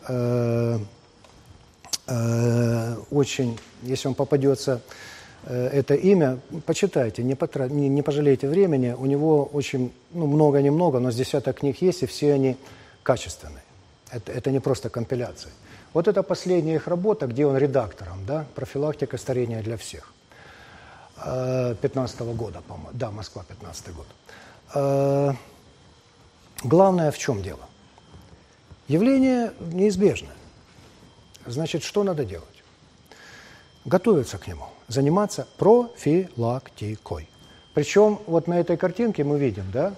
[SPEAKER 2] очень, если вам попадется это имя, почитайте, не пожалейте времени. У него очень, много-немного, но с десяток книг есть, и все они качественные. Это не просто компиляция. Вот это последняя их работа, где он редактором, да, «Профилактика старения для всех». 15-го года, по-моему. Да, Москва, 15-й год. Главное в чем дело? Явление неизбежное. Значит, что надо делать? Готовиться к нему, заниматься профилактикой. Причем вот на этой картинке мы видим, да,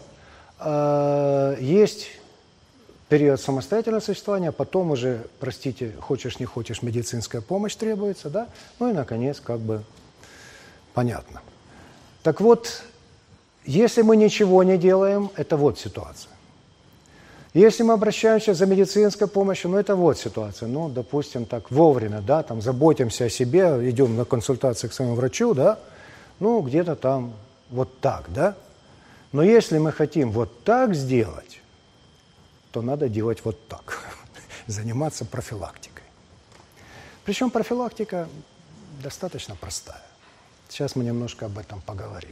[SPEAKER 2] есть период самостоятельного существования, потом уже, простите, хочешь не хочешь, медицинская помощь требуется, да, ну и, наконец, как бы понятно. Так вот, если мы ничего не делаем, это вот ситуация. Если мы обращаемся за медицинской помощью, это вот ситуация. Допустим, так, вовремя, да, там, заботимся о себе, идем на консультацию к своему врачу, да, где-то там вот так, да. Но если мы хотим вот так сделать, то надо делать вот так, заниматься профилактикой. Причем профилактика достаточно простая. Сейчас мы немножко об этом поговорим.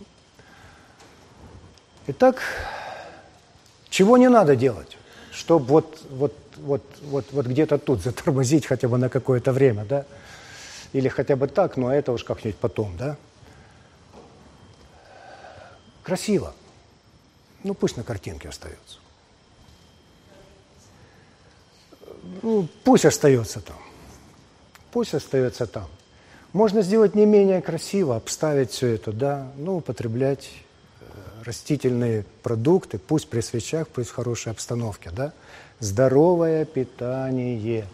[SPEAKER 2] Итак, чего не надо делать, чтобы вот где-то тут затормозить хотя бы на какое-то время, да? Или хотя бы так, но это уж как-нибудь потом, да? Красиво. Пусть на картинке остается. Пусть остается там. Пусть остается там. Можно сделать не менее красиво, обставить все это, да, употреблять растительные продукты, пусть при свечах, пусть в хорошей обстановке, да. Здоровое питание.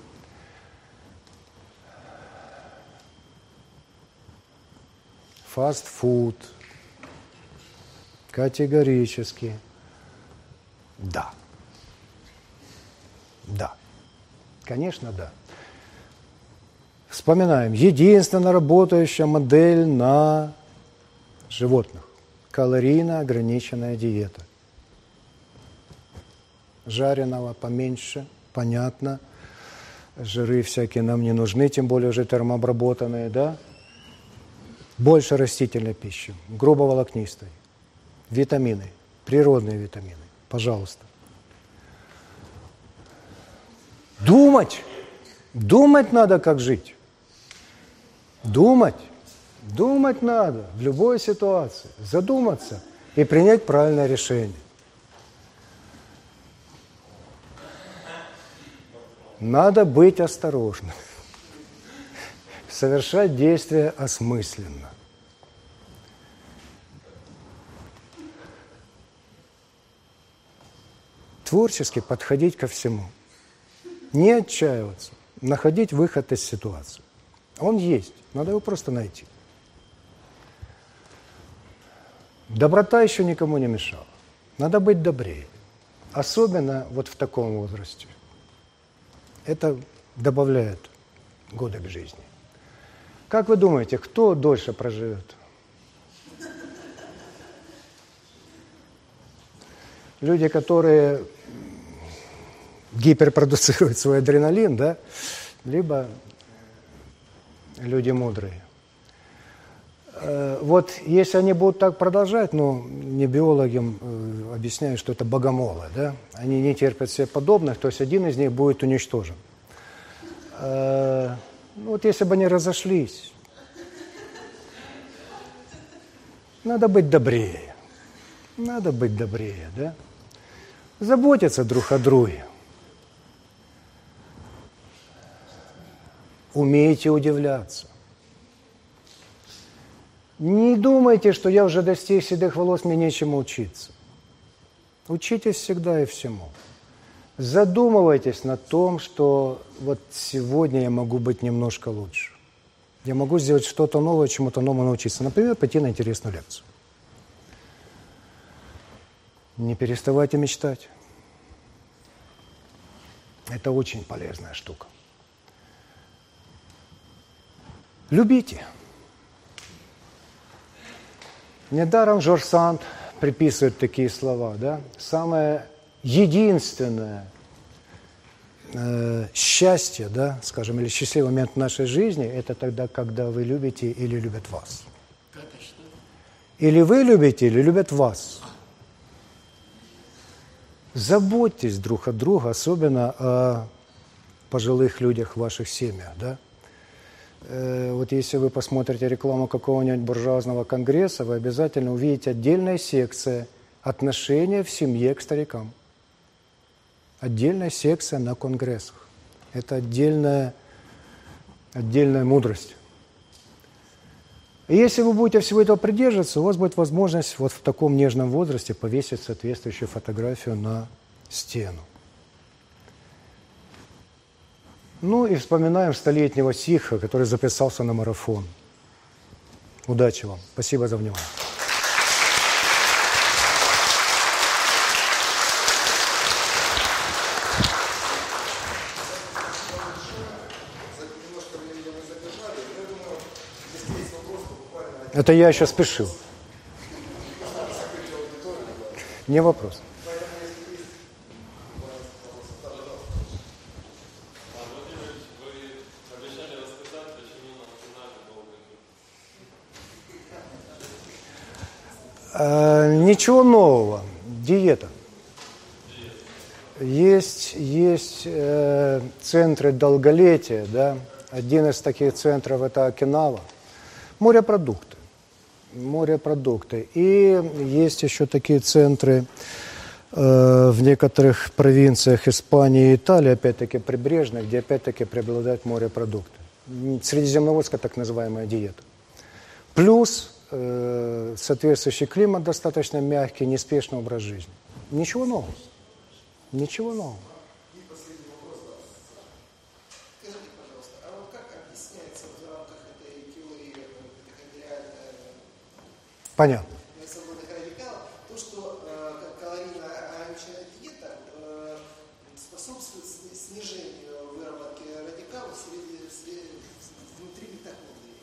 [SPEAKER 2] Фастфуд. Категорически. Да. Да. Конечно, да. Вспоминаем. Единственно работающая модель на животных. Калорийно ограниченная диета. Жареного поменьше, понятно. Жиры всякие нам не нужны, тем более уже термообработанные, да? Больше растительной пищи, грубоволокнистой. Витамины, природные витамины. Пожалуйста. Думать. Думать надо, как жить. Думать. Думать надо в любой ситуации. Задуматься и принять правильное решение. Надо быть осторожным. Совершать действия осмысленно. Творчески подходить ко всему. Не отчаиваться. Находить выход из ситуации. Он есть. Надо его просто найти. Доброта еще никому не мешала. Надо быть добрее. Особенно вот в таком возрасте. Это добавляет годы к жизни. Как вы думаете, кто дольше проживет? Люди, которые гиперпродуцируют свой адреналин, да? Либо люди мудрые. Вот если они будут так продолжать, не биологам объясняют, что это богомолы, да? Они не терпят себе подобных, то есть один из них будет уничтожен. Вот если бы они разошлись, надо быть добрее. Надо быть добрее, да? Заботиться друг о друге. Умейте удивляться. Не думайте, что я уже достиг седых волос, мне нечему учиться. Учитесь всегда и всему. Задумывайтесь над том, что вот сегодня я могу быть немножко лучше. Я могу сделать что-то новое, чему-то новому научиться. Например, пойти на интересную лекцию. Не переставайте мечтать. Это очень полезная штука. Любите. Недаром Жорж Санд приписывает такие слова, да? Самое единственное счастье, да, скажем, или счастливый момент в нашей жизни, это тогда, когда вы любите или любят вас. Или вы любите, или любят вас. Заботьтесь друг о друге, особенно о пожилых людях в ваших семьях, да? Вот если вы посмотрите рекламу какого-нибудь буржуазного конгресса, вы обязательно увидите отдельная секция «Отношения в семье к старикам». Отдельная секция на конгрессах. Это отдельная мудрость. И если вы будете всего этого придерживаться, у вас будет возможность вот в таком нежном возрасте повесить соответствующую фотографию на стену. Ну и вспоминаем столетнего сикха, который записался на марафон. Удачи вам. Спасибо за внимание. Это я еще спешил. Не вопрос. Ничего нового. Диета. Есть центры долголетия, да. Один из таких центров – это Окинава. Морепродукты. И есть еще такие центры в некоторых провинциях Испании и Италии, опять-таки прибрежных, где опять-таки преобладают морепродукты. Средиземноморская так называемая диета. Плюс соответствующий климат достаточно мягкий, неспешный образ жизни. Ничего нового. Ничего нового.
[SPEAKER 3] И последний вопрос. Скажите, пожалуйста, а вот как объясняется в рамках этой теории митохондриальной
[SPEAKER 2] Понятно.
[SPEAKER 3] свободных радикалов то, что калорийно-ограниченная диета способствует снижению выработки радикалов внутри митохондрии?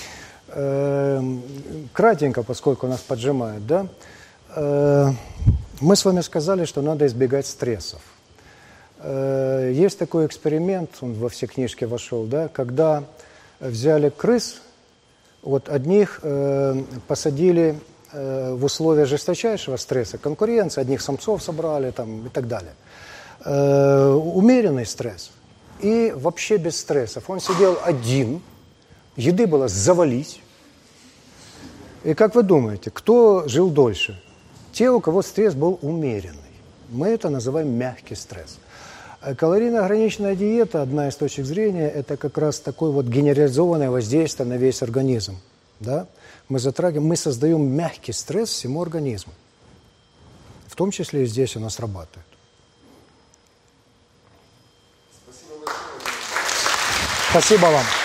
[SPEAKER 2] Кратенько, поскольку нас поджимают, да? Мы с вами сказали, что надо избегать стрессов. Есть такой эксперимент, он во все книжки вошел, да, когда взяли крыс, вот одних посадили в условия жесточайшего стресса, конкуренции, одних самцов собрали там, и так далее. Умеренный стресс и вообще без стрессов. Он сидел один, еды было завались. И как вы думаете, кто жил дольше? Те, у кого стресс был умеренный. Мы это называем мягкий стресс. Калорийно-ограниченная диета, одна из точек зрения, это как раз такое вот генерализованное воздействие на весь организм. Да? Мы создаем мягкий стресс всему организму. В том числе и здесь у нас работает.
[SPEAKER 1] Спасибо большое.
[SPEAKER 2] Спасибо вам.